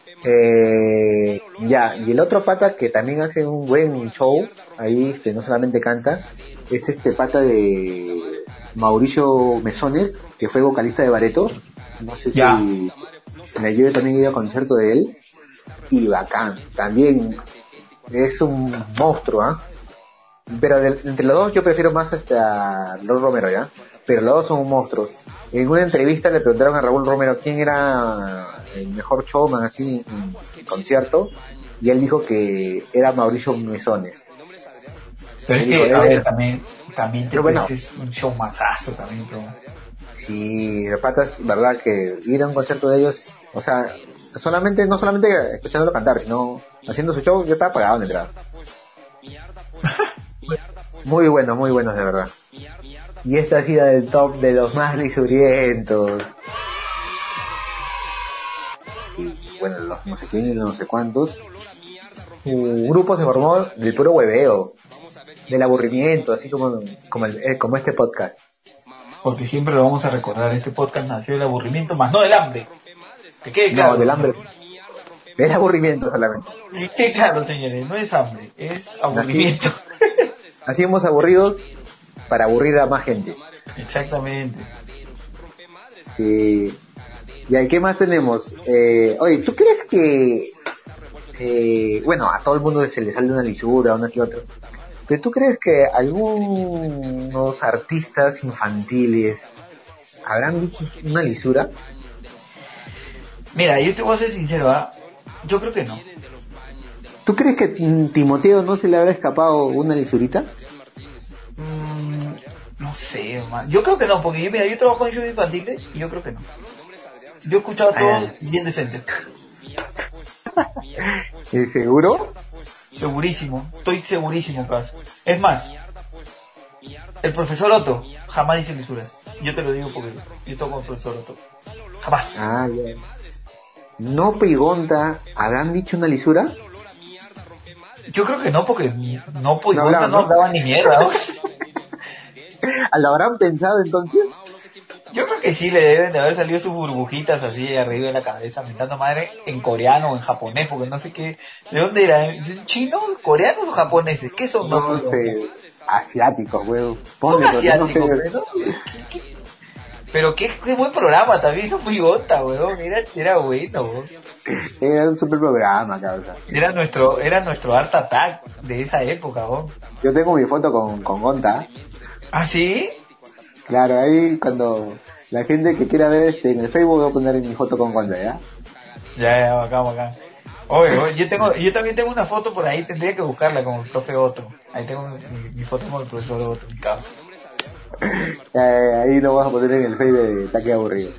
Ya, y el otro pata que también hace un buen show, ahí no solamente canta, es este pata de Mauricio Mesones, que fue vocalista de Bareto. No sé ya. Si yo también he ido a concierto de él, y bacán, también es un monstruo, ¿ah? Pero entre los dos yo prefiero más a Raúl Romero, ¿ya? Pero los dos son monstruos. En una entrevista le preguntaron a Raúl Romero quién era el mejor showman así en concierto, y él dijo que era Mauricio Mesones. Pero es que, a ver, también te bueno, es un show masazo también, pero... Sí, de patas, verdad que ir a un concierto de ellos, o sea, no solamente escuchándolo cantar, sino haciendo su show, yo estaba pagado en entrada. Muy buenos de verdad. Y esta ha sido el top de los más lisurientos. Y bueno, los no sé quién y no sé cuántos. Grupos se formó del puro hueveo, del aburrimiento, así como este podcast. Porque siempre lo vamos a recordar, este podcast nació del aburrimiento, más no del hambre. ¿Te quede claro? No, del hambre. Del aburrimiento solamente. Y qué claro, señores, no es hambre, es aburrimiento. Así hemos aburridos para aburrir a más gente. Exactamente. Sí. ¿Y qué más tenemos? Oye, ¿tú crees que bueno, a todo el mundo se le sale una lisura, una que otra, pero tú crees que algunos artistas infantiles habrán dicho una lisura? Mira, yo te voy a ser sincero, yo creo que no. ¿Tú crees que Timoteo no se le habrá escapado una lisurita? No sé, man. Yo creo que no, porque yo trabajo en shows infantiles y yo creo que no. Yo he escuchado todo bien decente. ¿Seguro? Segurísimo, estoy segurísimo, caso. Es más, el profesor Otto jamás dice lisura. Yo te lo digo porque yo toco con el profesor Otto. Jamás. Ah, ya. ¿No Pigonta habrán dicho una lisura? Yo creo que no, porque no hablaba ni mierda, ¿no? ¿Lo habrán pensado entonces? Yo creo que sí, le deben de haber salido sus burbujitas así arriba de la cabeza, mentando madre en coreano o en japonés, porque no sé qué. ¿De dónde era? ¿Chinos, coreanos o japoneses? ¿Qué son? No sé. Asiáticos, weón. Son asiáticos, no sé. Pero qué buen programa también, no muy gota, weón. Era bueno, weón. Era un super programa, cabrón. Era nuestro Art Attack de esa época, weón. Yo tengo mi foto con Gonta. ¿Ah, sí? Claro, ahí cuando la gente que quiera ver en el Facebook voy a poner mi foto con Gonta, ¿ya? Ya, bacán. Oye, yo también tengo una foto por ahí, tendría que buscarla con el profe Otto. Ahí tengo mi foto con el profesor Otto, mi cabrón. Ahí lo vas a poner en el Facebook de Taque Aburrido.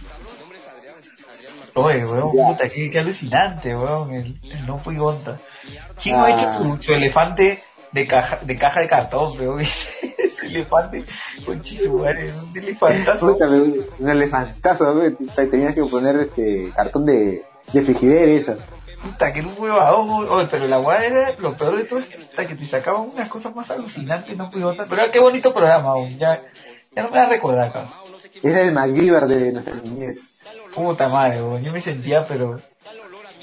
Oye, weón, puta, qué alucinante, weón, el no fui Gonta. ¿Quién ha hecho su elefante de caja de cartón, weón? Ese elefante con chisuares, un elefantazo. Puta, un elefantazo, weón. Tenías que poner cartón de frigider, esa. Puta, que era un huevadón, oye, pero la hueá era, lo peor de todo es que te sacaban unas cosas más alucinantes, no fui Gonta. Pero qué bonito programa, weón, ya no me vas a recordar, cabrón. Era el MacGyver de nuestra niñez. Puta madre, weón, yo me sentía, pero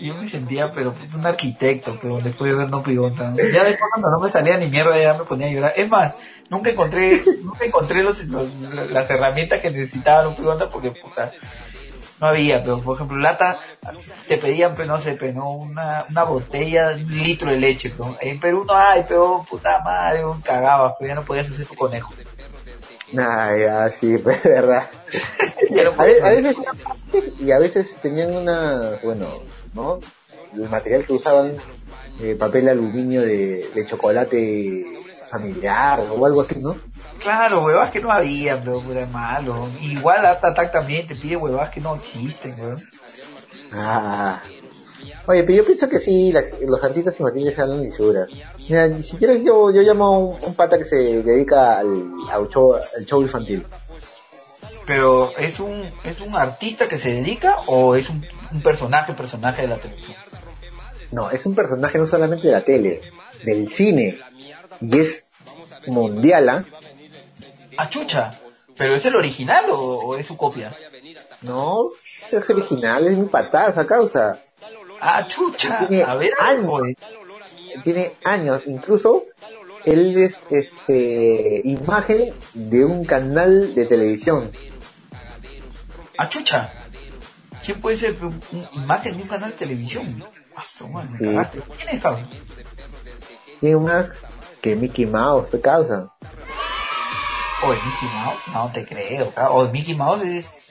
yo me sentía, pero pues, un arquitecto, pero después de ver No Pigonta, ¿no? Ya después cuando no me salía ni mierda, ya me ponía a llorar. Es más, nunca encontré las herramientas que necesitaba No Pigonta porque, puta, no había, pero por ejemplo, lata, te pedían, pero no sé, pero no, una botella de 1 litro de leche, pero en Perú no hay, pero puta madre, cagabas, pero ya no podías hacer tu conejo. Nah, ya, sí, pues, es verdad. a veces, y a veces tenían ¿no? El material que usaban, papel aluminio de chocolate familiar o algo así, ¿no? Claro, huevas que no había, pero era malo. Igual Art Attack también te pide huevas que no existen, weón. Ah. Oye, pero yo pienso que sí, los artistas infantiles hablan lisuras. Mira, si quieres yo llamo a un pata que se dedica al show infantil. Pero ¿es un artista que se dedica o es un personaje de la televisión? No, es un personaje no solamente de la tele, del cine, y es mundial, ¿ah? Ah, chucha, ¿pero es el original o es su copia? No, es original, es muy pataza, causa. Ah, chucha, Tiene a ver, tiene años, incluso él es imagen de un canal de televisión. Ah, chucha, ¿quién puede ser imagen de un canal de televisión? Ah, me cagaste. ¿Quién es causa? Tiene más que Mickey Mouse, ¿qué causa? Oye, Mickey Mouse, no te creo, o Mickey Mouse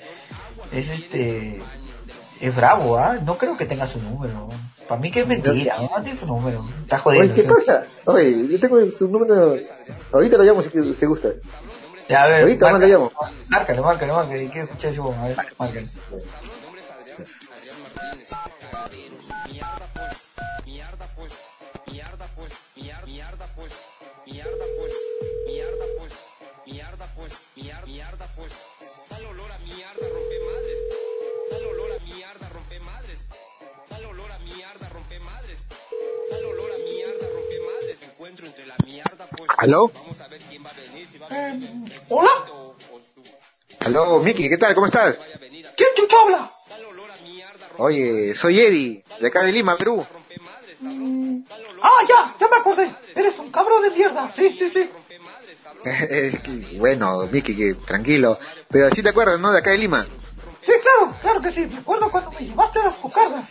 es bravo, ¿ah? No creo que tenga su número. Para mí que es mentira, no tiene su número. Está jodiendo. Oye, ¿qué pasa? Oye, yo tengo su número. Ahorita lo llamo si se gusta. Ya, a ver, ahorita más lo llamo. Márcale. Quiero escuchar ese bomba. A ver, márcale. Dale olor a mierda, rompe madres. Dale olor a mierda, rompe madres. Dale olor a mierda, rompe madres. Dale olor a mierda, rompe madres. Encuentro entre la mierda, pues. ¿Aló? Vamos a ver quién va a venir, si va a venir. ¿Hola? Aló, Miki, ¿qué tal? ¿Cómo estás? ¿Quién chucha habla? Oye, soy Eddie, de acá de Lima, Perú. Ya me acordé. Eres un cabrón de mierda. Sí. Es que, bueno, Miki, que tranquilo. Pero sí te acuerdas, ¿no? De acá de Lima. Sí, claro que sí. Me acuerdo cuando me llevaste a las cocardas.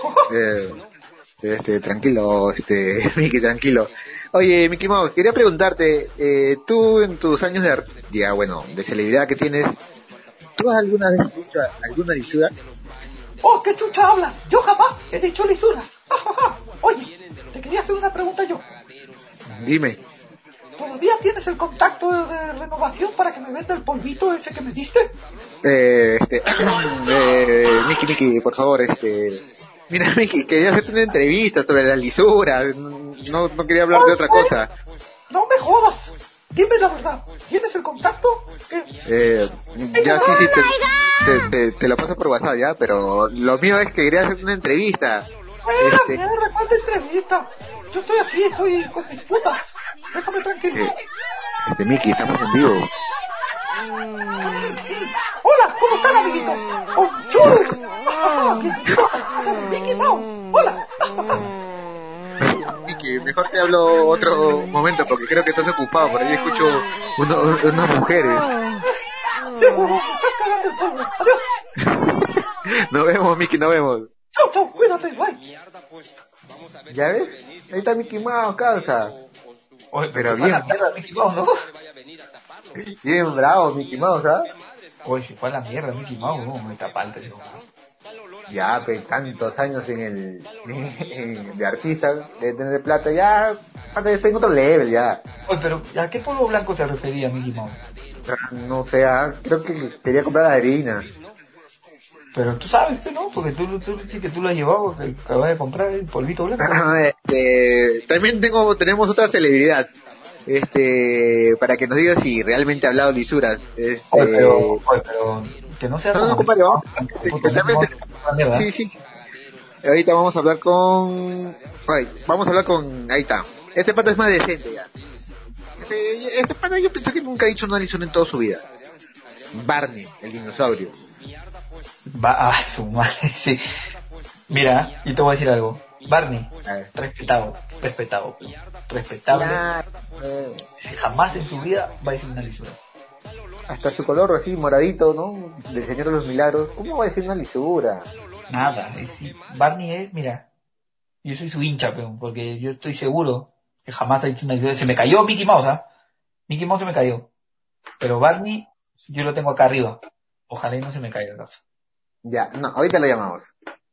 Tranquilo, Miki, tranquilo. Oye, Mickey Mouse, quería preguntarte, tú en tus años de celebridad que tienes, ¿tú alguna vez has dicho alguna lisura? Oh, ¿qué chucha hablas? Yo jamás he dicho lisuras. Oye, te quería hacer una pregunta yo. Dime. ¿Todavía tienes el contacto de renovación para que me venda el polvito ese que me diste? Miki, por favor, mira, Miki, quería hacerte una entrevista sobre la lisura, no quería hablar de otra cosa. No me jodas, dime la verdad, ¿tienes el contacto? Ya sí, te lo paso por WhatsApp ya, pero lo mío es que quería hacerte una entrevista. Mierda, ¿cuál entrevista? Yo estoy aquí, estoy con mis putas, déjame tranquilo. Miki, estamos en vivo. Hola, ¿cómo están, amiguitos? ¡Oh, chulos! Bienvenidos a Mickey Mouse. Hola. Miki, mejor te hablo otro momento porque creo que estás ocupado. Por ahí escucho unas mujeres. Seguro, me estás cagando el polvo. Adiós. Nos vemos, Miki, nos vemos. Chau, cuídate, bye. ¿Ya ves? Ahí está Mickey Mouse, causa. Oye, pero bien. Mickey Mouse, ¿no? Bien bravo, Mickey Mouse, ¿ah? Oye, si fue a la mierda Mickey Mouse, no, me tapante. Ya, pues, tantos años de artista, de tener plata, ya está en otro level, ya. Oye, pero ¿a qué polvo blanco se refería Mickey Mouse? No sé, creo que quería comprar harina. Pero tú sabes, ¿no? Porque tú sí que tú lo has llevado, porque acabas de comprar el polvito blanco. También tenemos otra celebridad. Para que nos diga si realmente ha hablado lisuras. Pero que no sea compadre, vamos. Sí. Ahorita vamos a hablar con... ahí está. Este pata es más decente ya. Este pata yo pensé que nunca ha dicho una lisura en toda su vida. Barney, el dinosaurio. Va a su madre, sí. Mira, y te voy a decir algo. Barney, A ver. respetable. Ya, Jamás en su vida va a decir una lisura. hasta su color así moradito, ¿no? Del Señor de los Milagros. ¿Cómo va a decir una lisura? Nada, Barney es, mira, yo soy su hincha, peón, porque yo estoy seguro que jamás ha dicho una lisura. Se me cayó Mickey Mouse, ¿ah? Mickey Mouse se me cayó. Pero Barney, yo lo tengo acá arriba. Ojalá y no se me caiga el caso. Ya, no, ahorita lo llamamos.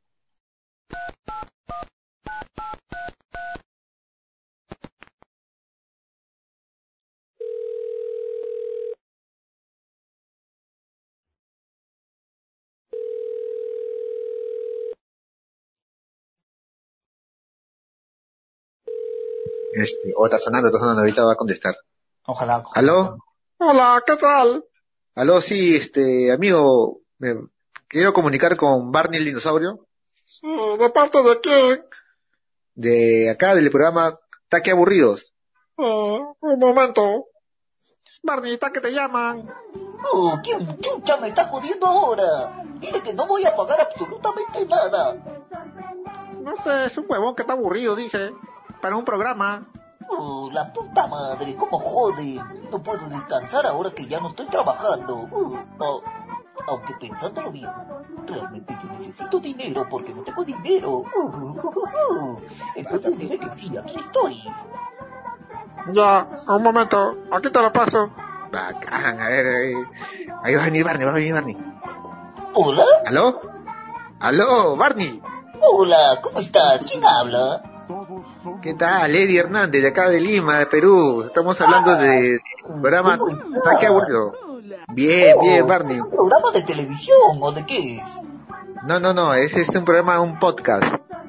Está sonando, ahorita va a contestar. Ojalá. ¿Aló? Hola, ¿qué tal? Aló, sí, amigo, quiero comunicar con Barney el dinosaurio. ¿De parte de quién? De acá, del programa Taque Aburridos. Un momento. Barney, que te llaman. Oh, ¿quién chucha me está jodiendo ahora? Dile que no voy a pagar absolutamente nada. No sé, es un huevón que está aburrido, dice. Para un programa. Oh, la puta madre, ¿cómo jode? No puedo descansar ahora que ya no estoy trabajando. Aunque pensándolo bien, realmente yo necesito dinero porque no tengo dinero. Entonces dile que sí, aquí estoy. Ya, un momento, aquí te lo paso. Bacán, a ver, ahí va a venir Barney. ¿Hola? ¿Aló, Barney? Hola, ¿cómo estás? ¿Quién habla? ¿Qué tal? Eddie Hernández, de acá de Lima, de Perú. Estamos hablando de programa Taque Aburrido. Bien, Barney. ¿Es un programa de televisión o de qué es? No, es un programa, un podcast.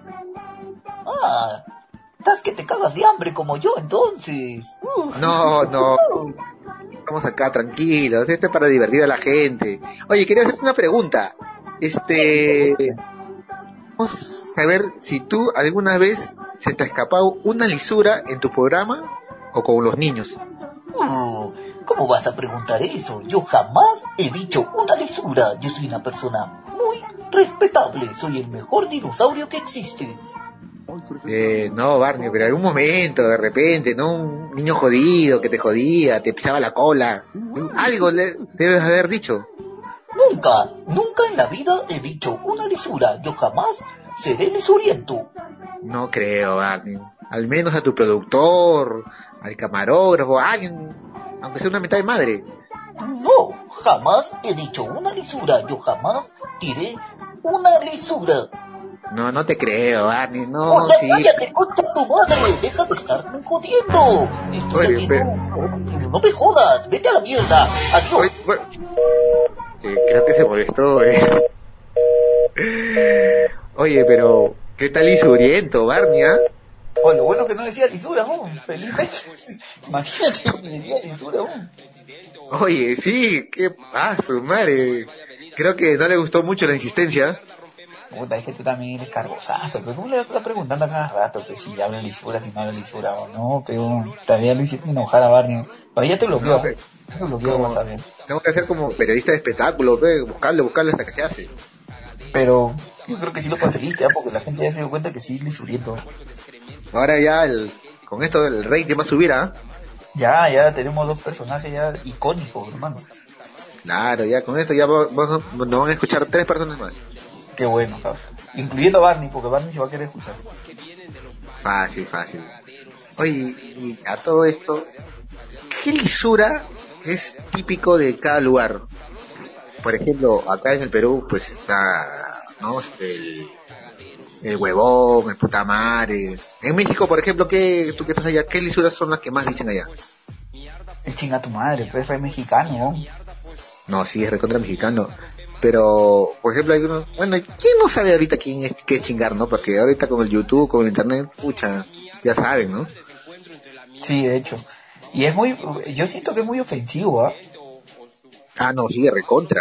Ah, estás que te cagas de hambre como yo entonces. No. Estamos acá tranquilos, es para divertir a la gente. Oye, quería hacerte una pregunta. Vamos a ver si tú alguna vez se te ha escapado una lisura en tu programa o con los niños. ¿Cómo vas a preguntar eso? Yo jamás he dicho una lisura. Yo soy una persona muy respetable. Soy el mejor dinosaurio que existe. No, Barney, pero algún momento, de repente, ¿no? Un niño jodido que te jodía, te pisaba la cola. Algo le debes haber dicho. Nunca en la vida he dicho una lisura. Yo jamás seré lisuriento. No creo, Barney. Al menos a tu productor, al camarógrafo, a alguien, aunque sea una mitad de madre. No, jamás he dicho una lisura. Yo jamás diré una lisura. No te creo, Barney, no, ¡Oye, sí. cállate, concha tu madre! ¡Deja de estarme jodiendo! Estoy haciendo... No me jodas, vete a la mierda. Adiós. Sí, creo que se molestó, Oye, pero ¿qué tal lisuriento, Barney, ah? Oh, lo bueno que no decía lisura, felizmente. Imagínate si decía lisura, Oye, sí, qué paso, madre. Creo que no le gustó mucho la insistencia. Puta, es que tú también eres cargosazo, pero ¿cómo le vas a estar preguntando a cada rato que si habla lisura, si no habla lisura o no? Pero todavía lo hiciste enojar a Barney. Todavía te bloqueó. No, te bloqueó, vas a ver. Tengo que hacer como periodista de espectáculo, buscarlo hasta que se hace. Pero yo creo que sí lo conseguiste, porque la gente ya se dio cuenta que sí es lisuriento. Ahora ya con esto el rating va a subir, ¿ah? Ya tenemos dos personajes ya icónicos, hermano. Claro, ya con esto ya nos van a escuchar 3 personas más. Qué bueno, causa. Incluyendo a Barney, porque Barney se va a querer escuchar. Fácil. Oye, y a todo esto, ¿qué lisura es típico de cada lugar? Por ejemplo, acá en el Perú, pues está, ¿no? El huevón, el puta madre. En México, por ejemplo, tú que estás allá, ¿qué lisuras son las que más dicen allá? El chinga tu madre, pues re mexicano. No, sí, es recontra mexicano. Pero, por ejemplo, hay unos... Bueno, ¿quién no sabe ahorita qué es chingar, no? Porque ahorita con el YouTube, con el Internet, pucha, ya saben, ¿no? Sí, de hecho. Y es yo siento que es muy ofensivo, ¿ah? Ah, no, sí, recontra.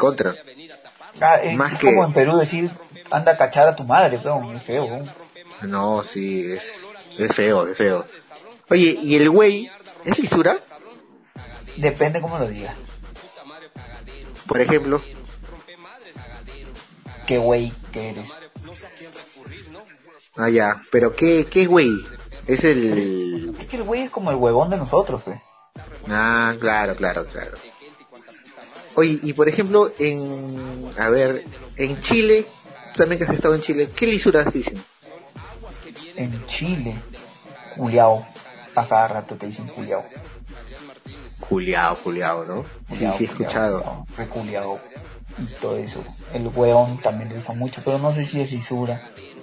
Es Más como en Perú decir, anda a cachar a tu madre, pero es feo, ¿no? No, sí, es feo. Oye, ¿y el güey es lisura? Depende cómo lo digas. Por ejemplo... ¿Qué güey que eres? Ah, ya, pero ¿qué es güey? Es el... Es que el güey es como el huevón de nosotros, pues. Ah, claro. Oye, y por ejemplo, en Chile, tú también que has estado en Chile, ¿qué lisuras dicen? En Chile, culiao. A cada rato te dicen culiao. Culiao, ¿no? Sí, he escuchado. Reculiao. Y todo eso. El hueón también lo usa mucho, pero no sé si es lisura.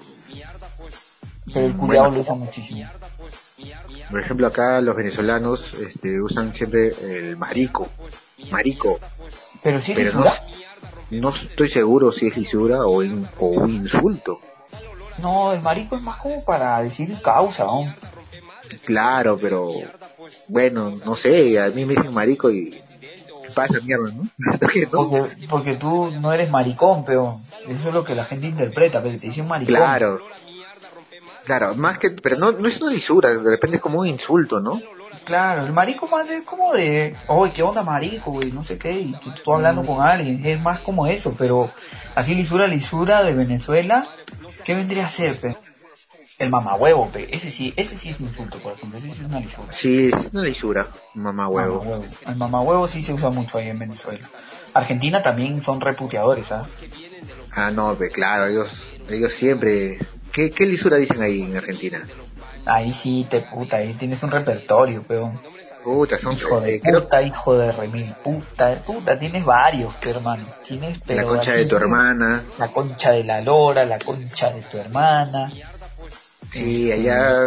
Pero el culiao lo usa muchísimo. Por ejemplo, acá los venezolanos usan siempre el marico. Pero sí es lisura. No estoy seguro si es lisura o un insulto. No, el marico es más como para decir causa, ¿no? Claro, pero bueno, no sé, a mí me dicen marico y ¿qué pasa, mierda, no? ¿No? Porque tú no eres maricón, pero eso es lo que la gente interpreta, pero te dicen maricón. Claro, más que, pero no es una lisura, de repente es como un insulto, ¿no? Claro, el marico más es como de, oye, ¿qué onda marico, güey? No sé qué, y tú hablando con alguien, es más como eso, pero así lisura de Venezuela, ¿qué vendría a ser, pe? El mamahuevo, pe, ese sí es insulto, por ejemplo, ese sí es una lisura. Sí, es una lisura, mamahuevo. El mamahuevo sí se usa mucho ahí en Venezuela. Argentina también son reputeadores, ¿sabes? Ah, no, pe, claro, ellos siempre... ¿Qué lisura dicen ahí en Argentina? Ahí sí ahí tienes un repertorio, peón. Puta, son... Hijo de puta, hijo de remil, puta, tienes varios, hermano. Tienes, pero la concha de tu hermana. La concha de la lora, la concha de tu hermana. Sí, allá...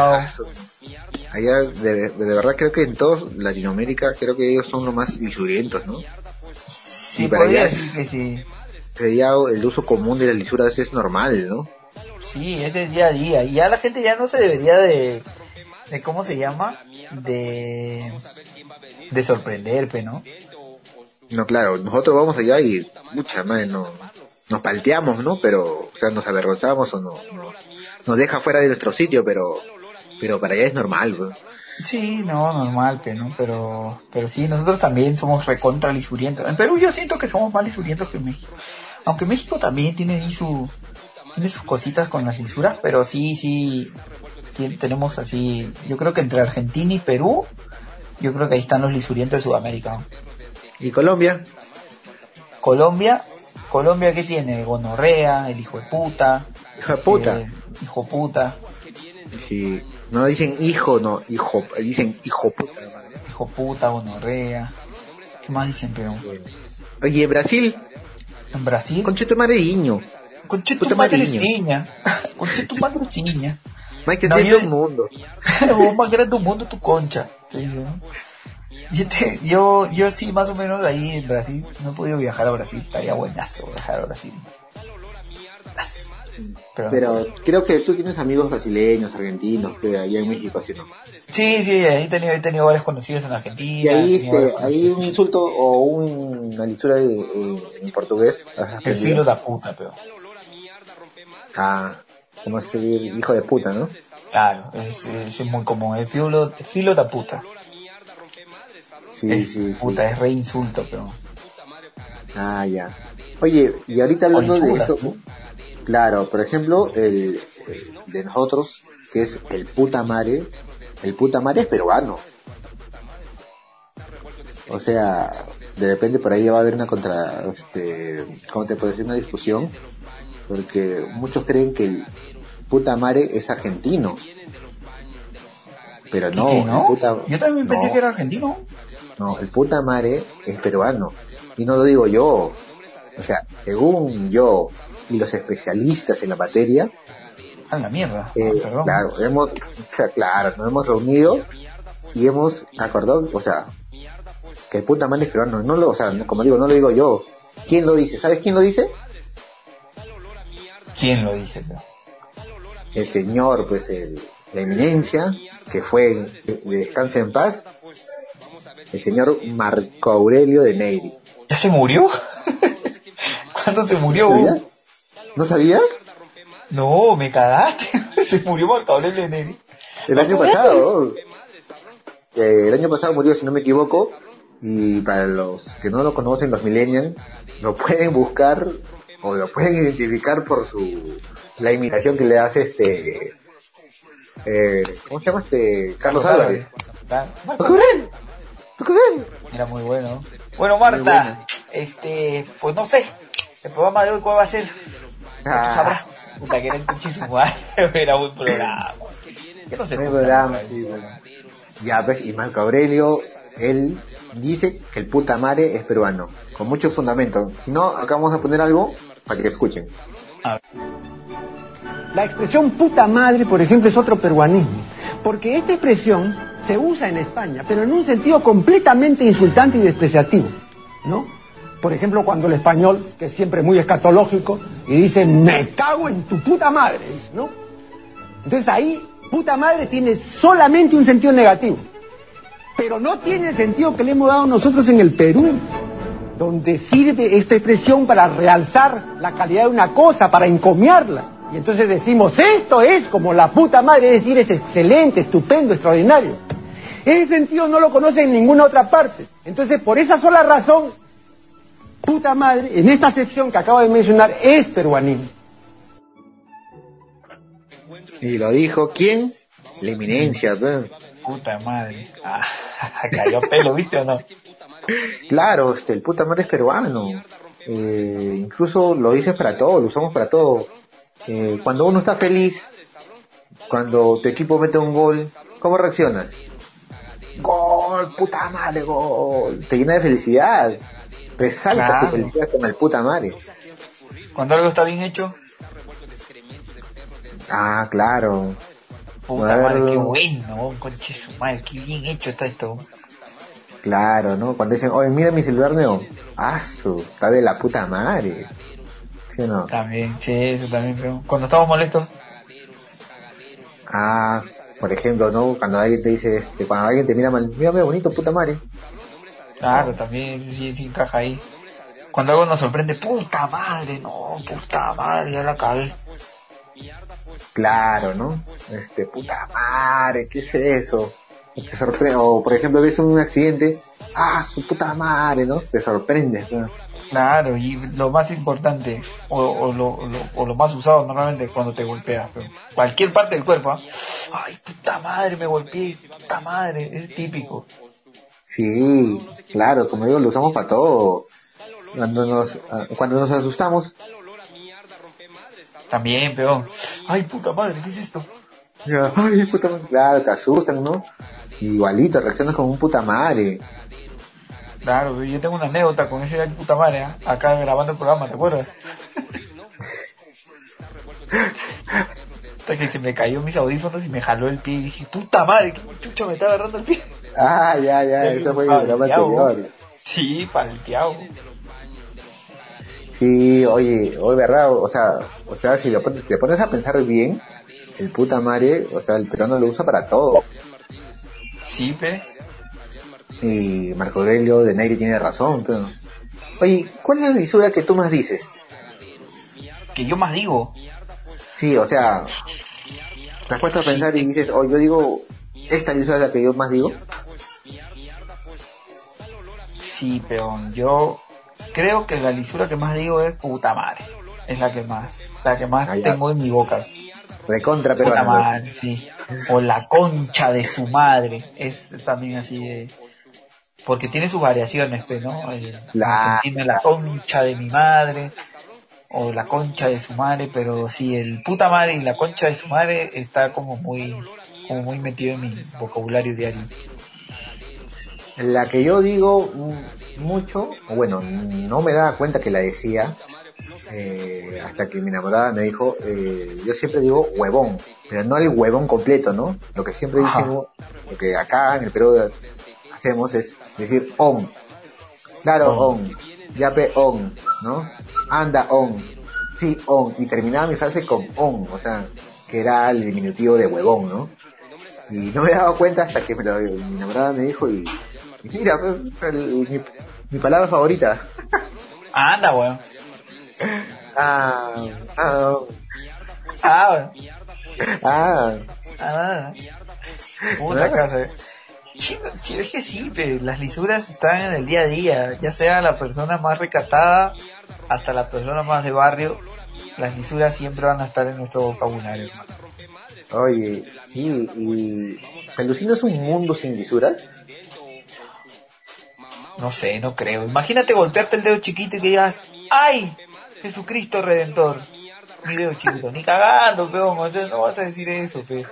allá, de verdad creo que en toda Latinoamérica, creo que ellos son los más lisurientos, ¿no? Sí, y para allá decir que sí. Ya el uso común de las lisuras es normal, ¿no? Sí, es del día a día. Y ya la gente ya no se debería de ¿cómo se llama? De sorprender, ¿no? No, claro, nosotros vamos allá y, mucha madre, no, nos palteamos, ¿no? Pero, o sea, nos avergonzamos o nos deja fuera de nuestro sitio, pero para allá es normal, ¿no? Sí, no, normal, ¿no? Pero sí, nosotros también somos recontra lisurientos. En Perú yo siento que somos más lisurientos que en México. Aunque México también tiene ahí sus cositas con las lisuras, pero sí, tenemos así, yo creo que entre Argentina y Perú, yo creo que ahí están los lisurientos de Sudamérica, ¿no? ¿Y Colombia? Colombia, ¿qué tiene? Gonorrea, el hijo de puta. Hijo puta. Sí, no dicen hijo, no, dicen hijo puta. Hijo puta, gonorrea. ¿Qué más dicen, pero? Oye, ¿en Brasil? ¿En Brasil? Conche tu madriño. Conche tu madreciña. Conche tu madreciña. Más que del mundo. Vos más grande del mundo tu concha. Yo sí, más o menos ahí en Brasil. No he podido viajar a Brasil. Estaría buenazo viajar a Brasil. Pero creo que tú tienes amigos brasileños, argentinos, que allá en México, ¿sí, no? Sí, ahí he tenido varios conocidos en Argentina. Y ahí hay un insulto o una lisura en portugués. El filo da puta, pero. Ah, como es el hijo de puta, ¿no? Claro, es muy común. El filo da puta. Sí. Es re insulto, pero. Ah, ya. Oye, y ahorita hablando de eso, ¿no? Claro, por ejemplo, el de nosotros, que es el puta madre es peruano. O sea, de repente por ahí va a haber una ¿cómo te puedo decir? Una discusión, porque muchos creen que el puta madre es argentino. Pero no, yo también pensé que era argentino. No, el puta madre es peruano. Y no lo digo yo. O sea, según yo y los especialistas en la materia, a la mierda. Claro, nos hemos reunido y hemos acordado, o sea, que el puta madre es peruano. Como digo, no lo digo yo. ¿Quién lo dice? ¿Sabes quién lo dice? ¿Quién lo dice? El señor, pues, la eminencia, que fue, descanse en paz, el señor Marco Aurelio de Neyri. ¿Ya se murió? ¿Cuándo se murió? ¿No sabías? No, me cagaste. Se murió Marco Aurelio de Neyri. El año pasado. El año pasado murió, si no me equivoco. Y para los que no lo conocen, los millennials, lo pueden buscar o lo pueden identificar por la imitación que le hace ¿cómo se llama Carlos Álvarez? Era muy bueno. Bueno, Marta, pues no sé, el programa de hoy ¿cuál va a ser? Tú sabrás. Puta, que era el muchísimo, era un programa. Que no sé. Programa, sí, bueno. Ya, pues, y Marco Aurelio, él dice que el puta madre es peruano, con mucho fundamento. Si no, acá vamos a poner algo para que escuchen. La expresión puta madre, por ejemplo, es otro peruanismo, porque esta expresión se usa en España, pero en un sentido completamente insultante y despreciativo, ¿no? Por ejemplo, cuando el español, que es siempre muy escatológico, y dice, me cago en tu puta madre, ¿no? Entonces ahí, puta madre tiene solamente un sentido negativo, pero no tiene el sentido que le hemos dado nosotros en el Perú, donde sirve esta expresión para realzar la calidad de una cosa, para encomiarla. Y entonces decimos, esto es como la puta madre, es decir, es excelente, estupendo, extraordinario. Ese sentido no lo conoce en ninguna otra parte. Entonces, por esa sola razón, puta madre, en esta sección que acabo de mencionar, es peruanismo. Y lo dijo, ¿quién? La eminencia, pues. Puta madre. Cayó pelo, ¿viste o no? Claro, el puta madre es peruano. Incluso lo dices para todo, lo usamos para todo. Cuando uno está feliz, cuando tu equipo mete un gol, ¿cómo reaccionas? Gol, puta madre, gol. Te llena de felicidad. Resalta tu felicidad con el puta madre. Cuando algo está bien hecho. Ah, claro. Puta madre, qué bueno, conche su madre, qué bien hecho está esto. Claro, ¿no? Cuando dicen, oye, mira mi celular nuevo. Está de la puta madre. ¿Sí o no? También, sí, eso también, pero cuando estamos molestos. Por ejemplo, ¿no? Cuando alguien te dice, cuando alguien te mira mal, mírame bonito, puta madre. Claro, también sí encaja ahí. Cuando algo nos sorprende, puta madre, ya la cagué. Claro, ¿no? Puta madre, ¿qué es eso? Te sorprende, o por ejemplo ves un accidente, su puta madre, ¿no? Te sorprendes, ¿no? Claro, y lo más importante, o lo más usado normalmente cuando te golpeas, pero cualquier parte del cuerpo, ay, puta madre, me golpeé, puta madre, es típico. Sí, claro, como digo, lo usamos para todo. Cuando nos asustamos. También, peor. Ay, puta madre, ¿qué es esto? Ay, puta madre. Claro, te asustan, ¿no? Igualito, reaccionas como un puta madre. Claro, yo tengo una anécdota con ese puta madre, acá grabando el programa, ¿te acuerdas? Hasta que se me cayó mis audífonos y me jaló el pie y dije, puta madre, qué chucha me está agarrando el pie. Ya, eso fue el programa anterior. Sí, palteado. Sí, oye, verdad, o sea, si te pones a pensar bien, el puta madre, o sea, el peruano lo usa para todo. Sí, pe. Y Marco Aurelio de Neire tiene razón, pero... Oye, ¿cuál es la lisura que tú más dices? ¿Que yo más digo? Sí, o sea, te has puesto a pensar y dices, yo digo, ¿esta lisura es la que yo más digo? Sí, pero yo creo que la lisura que más digo es puta madre. Es la que más tengo en mi boca. Recontra peruana. Puta madre, sí. O la concha de su madre. Es también así de... Porque tiene sus variaciones, ¿no? La concha de mi madre, o la concha de su madre, pero sí, el puta madre y la concha de su madre está como muy metido en mi vocabulario diario. La que yo digo mucho, bueno, no me daba cuenta que la decía, hasta que mi enamorada me dijo, yo siempre digo huevón, pero no el huevón completo, ¿no? Lo que siempre decimos, lo que acá en el Perú hacemos es decir on. Claro, on. Yape on, ¿no? Anda on. Sí, on. Y terminaba mi frase con on, o sea, que era el diminutivo de huevón, ¿no? Y no me daba cuenta hasta que mi enamorada me dijo y mira, mi palabra favorita. Anda, weón. Puta casa. Sí, es que sí, las lisuras están en el día a día, ya sea la persona más recatada hasta la persona más de barrio, las lisuras siempre van a estar en nuestro vocabulario, hermano. Oye, sí, y ¿te alucinas un mundo sin lisuras? No sé, no creo. Imagínate golpearte el dedo chiquito y que digas, ¡ay! Jesucristo Redentor. Mi dedo chiquito. Ni cagando, peón. O sea, no vas a decir eso, peón.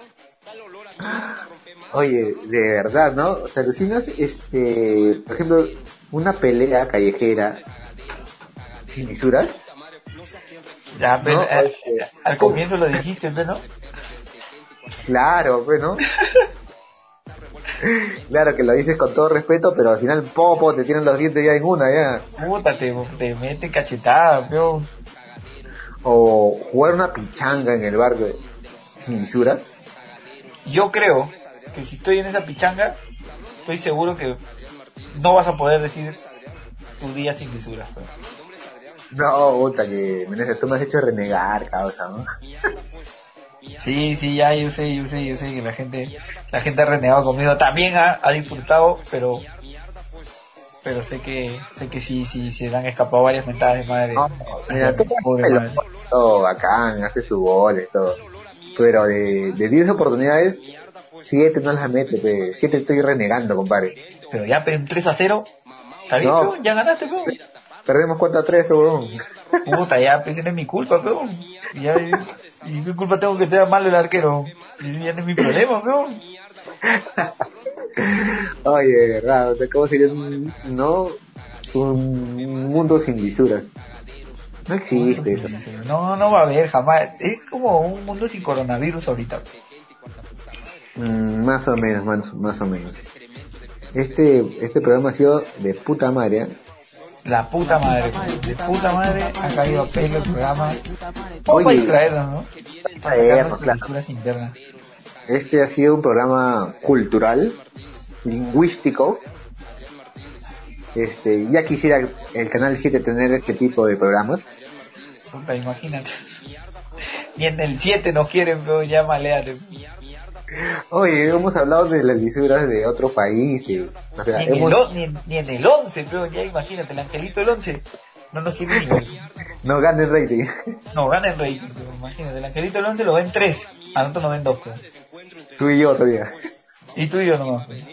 Oye, de verdad, ¿no? ¿Te alucinas, por ejemplo, una pelea callejera sin lisuras? Ya, pero ¿No? al comienzo lo dijiste, ¿no? Claro, pues, ¿no? Claro que lo dices con todo respeto, pero al final, te tienen los dientes ya en una, ya. Puta, te mete cachetada, peón. O jugar una pichanga en el barrio sin lisuras. Yo creo que si estoy en esa pichanga, estoy seguro que no vas a poder decir tu día sin lisuras, peón. No, puta, que tú me has hecho renegar, causa, ¿no? Sí, ya, yo sé que la gente ha renegado conmigo, también ha disfrutado, pero sé que sí, se han escapado varias mentadas de madre. No, mira, tú todo bacán, haces tu goles, todo. Pero de 10 oportunidades, 7 no las mete, 7 estoy renegando, compadre. Pero ya, un 3-0, ¿está bien, no, ya ganaste, peón. Perdemos 4-3, peón. Puta, ya, no es mi culpa, peón. Ya, ¿y qué culpa tengo que te da mal el arquero? Y ya no es mi problema, peón. Oye, de verdad, o sea, ¿cómo sería un mundo sin lisuras? No existe eso. No va a haber jamás. Es como un mundo sin coronavirus ahorita. Más o menos. Este programa ha sido de puta madre, ¿eh? La puta madre, de puta madre, ha caído a pelo el programa. Para distraernos, ¿no? Para sacarnos culturas internas. Este ha sido un programa cultural, lingüístico. Ya quisiera el Canal 7 tener este tipo de programas. Puta, imagínate. Ni en el 7 nos quieren, pero ya maleate. Oye, hemos hablado de las lisuras de otros países. O sea, ni en el 11, pero ya imagínate, el angelito del 11 no nos quiere ni ver. No gana el rating. No gana el rating, pero imagínate, el angelito del 11 lo ven 3, a nosotros nos ven 2. Pero. Tú y yo todavía. Y tú y yo nomás. Pues.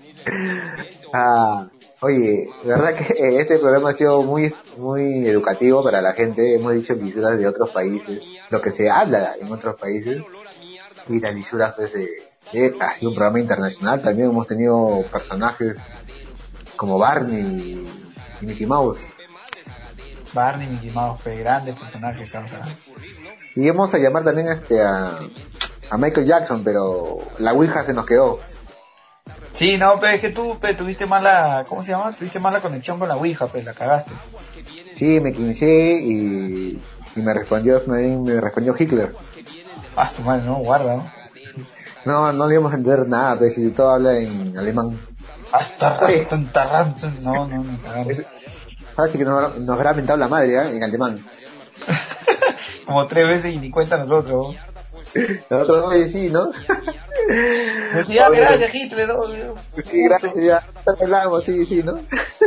Oye, la verdad que este programa ha sido muy educativo para la gente. Hemos dicho lisuras de otros países, lo que se habla en otros países. Y las lisuras pues, ha sido un programa internacional. También hemos tenido personajes como Barney y Mickey Mouse. Barney y Mickey Mouse, fue grandes personajes, ¿sabes? Y íbamos a llamar también a Michael Jackson, pero la Ouija se nos quedó. Sí, no, pero es que tú tuviste mala, ¿cómo se llama? Tuviste mala conexión con la Ouija, pues la cagaste. Sí, me quinché y me respondió Hitler. Su madre, no, guarda, ¿no? No le íbamos a entender nada, pero si todo habla en alemán. No, Así que nos habrá mentado la madre, en alemán. Como 3 veces y ni cuenta nosotros. Nosotros oye, sí, ¿no? Ya, gracias Hitler, ¿no? Sí, gracias, ya hablamos, sí, ¿no?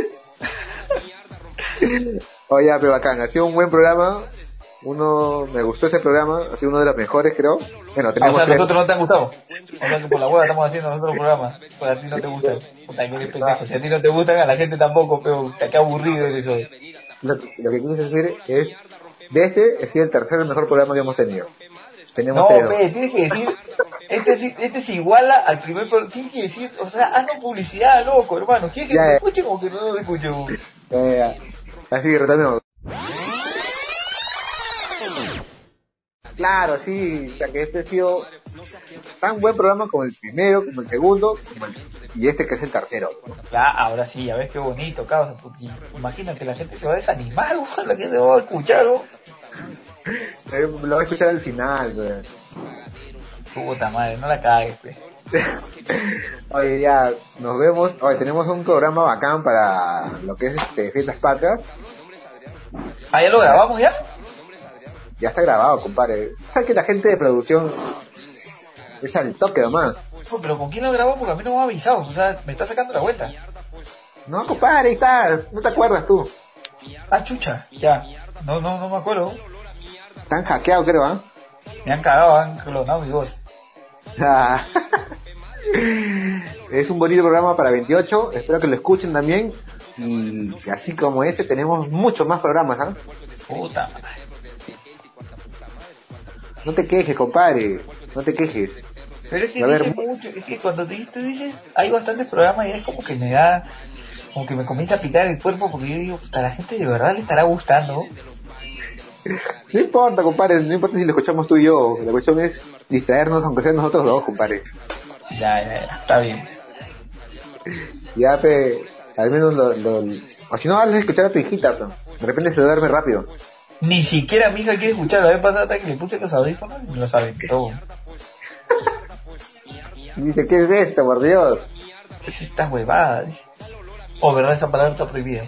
Oye, pero bacán, ha sido un buen programa. Me gustó este programa, ha sido uno de los mejores, creo. Bueno, tenemos a nosotros no te han gustado. O sea que por la hueá estamos haciendo nosotros programas. Pues a ti no te gustan. Puta, que eres pendejo. Si a ti no te gustan, a la gente tampoco, pero qué aburrido eres hoy. Lo que quise decir es, de este ha sido el tercer mejor programa que hemos tenido. Tenemos tienes que decir, este se iguala al primer programa. Tienes que decir, o sea, haznos publicidad, loco, hermano. ¿Quieres que nos escuchen o que no nos escuchen? Así, retornemos. Claro, sí, o sea que este ha sido tan buen programa como el primero, como el segundo, y este que es el tercero. Claro, ahora sí, ya ves qué bonito, causa. Imagínate, la gente se va a desanimar, la gente va a escuchar, ¿no? Lo va a escuchar al final, güey. Puta madre, no la cagues, güey. Oye, ya, nos vemos. Oye, tenemos un programa bacán para lo que es Fiestas Patrias. ¿Ya lo grabamos ya? Ya está grabado, compadre. ¿Sabes que la gente de producción es al toque nomás? Pero ¿con quién lo grabó? Porque a mí no me ha avisado. O sea, me está sacando la vuelta. No, compadre, ahí está. No te acuerdas tú. Ah, chucha, ya. No me acuerdo. Están hackeados, creo, ¿ah? Me han cagado, han clonado mi voz. Ah. Es un bonito programa para 28, espero que lo escuchen también. Y así como ese, tenemos muchos más programas, ¿ah? Puta madre. No te quejes, compadre, no te quejes. Pero es que A ver, dice mucho, es que cuando tú dices, hay bastantes programas y es como que me da, como que me comienza a picar el cuerpo porque yo digo, puta, a la gente de verdad le estará gustando. No importa, compadre, no importa si lo escuchamos tú y yo, la cuestión es distraernos aunque sea nosotros dos, compadre. Ya, está bien. Ya, al menos o si no, hazle escuchar a tu hijita, pero de repente se duerme rápido. Ni siquiera mi hija quiere escuchar, la vez pasada hasta que le puse los audífonos y me lo saben todo. Y dice, ¿qué es esto, por Dios? Es esta huevada, dice. Oh, verdad, esa palabra está prohibida.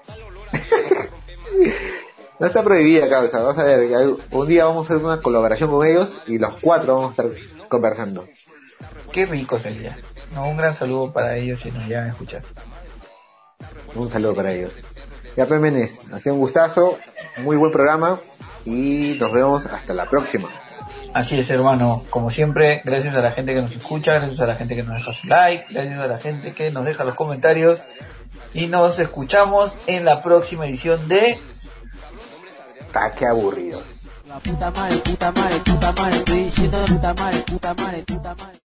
No está prohibida, causa. Vamos a ver, un día vamos a hacer una colaboración con ellos y los 4 vamos a estar conversando. Qué rico sería. No, un gran saludo para ellos si nos llegan a escuchar. Un saludo para ellos. Ya, Menes, ha sido un gustazo, muy buen programa y nos vemos hasta la próxima. Así es, hermano. Como siempre, gracias a la gente que nos escucha, gracias a la gente que nos deja su like, gracias a la gente que nos deja los comentarios y nos escuchamos en la próxima edición de... Qué aburridos. Puta madre, puta madre, puta madre, estoy diciendo puta madre, puta madre, puta madre.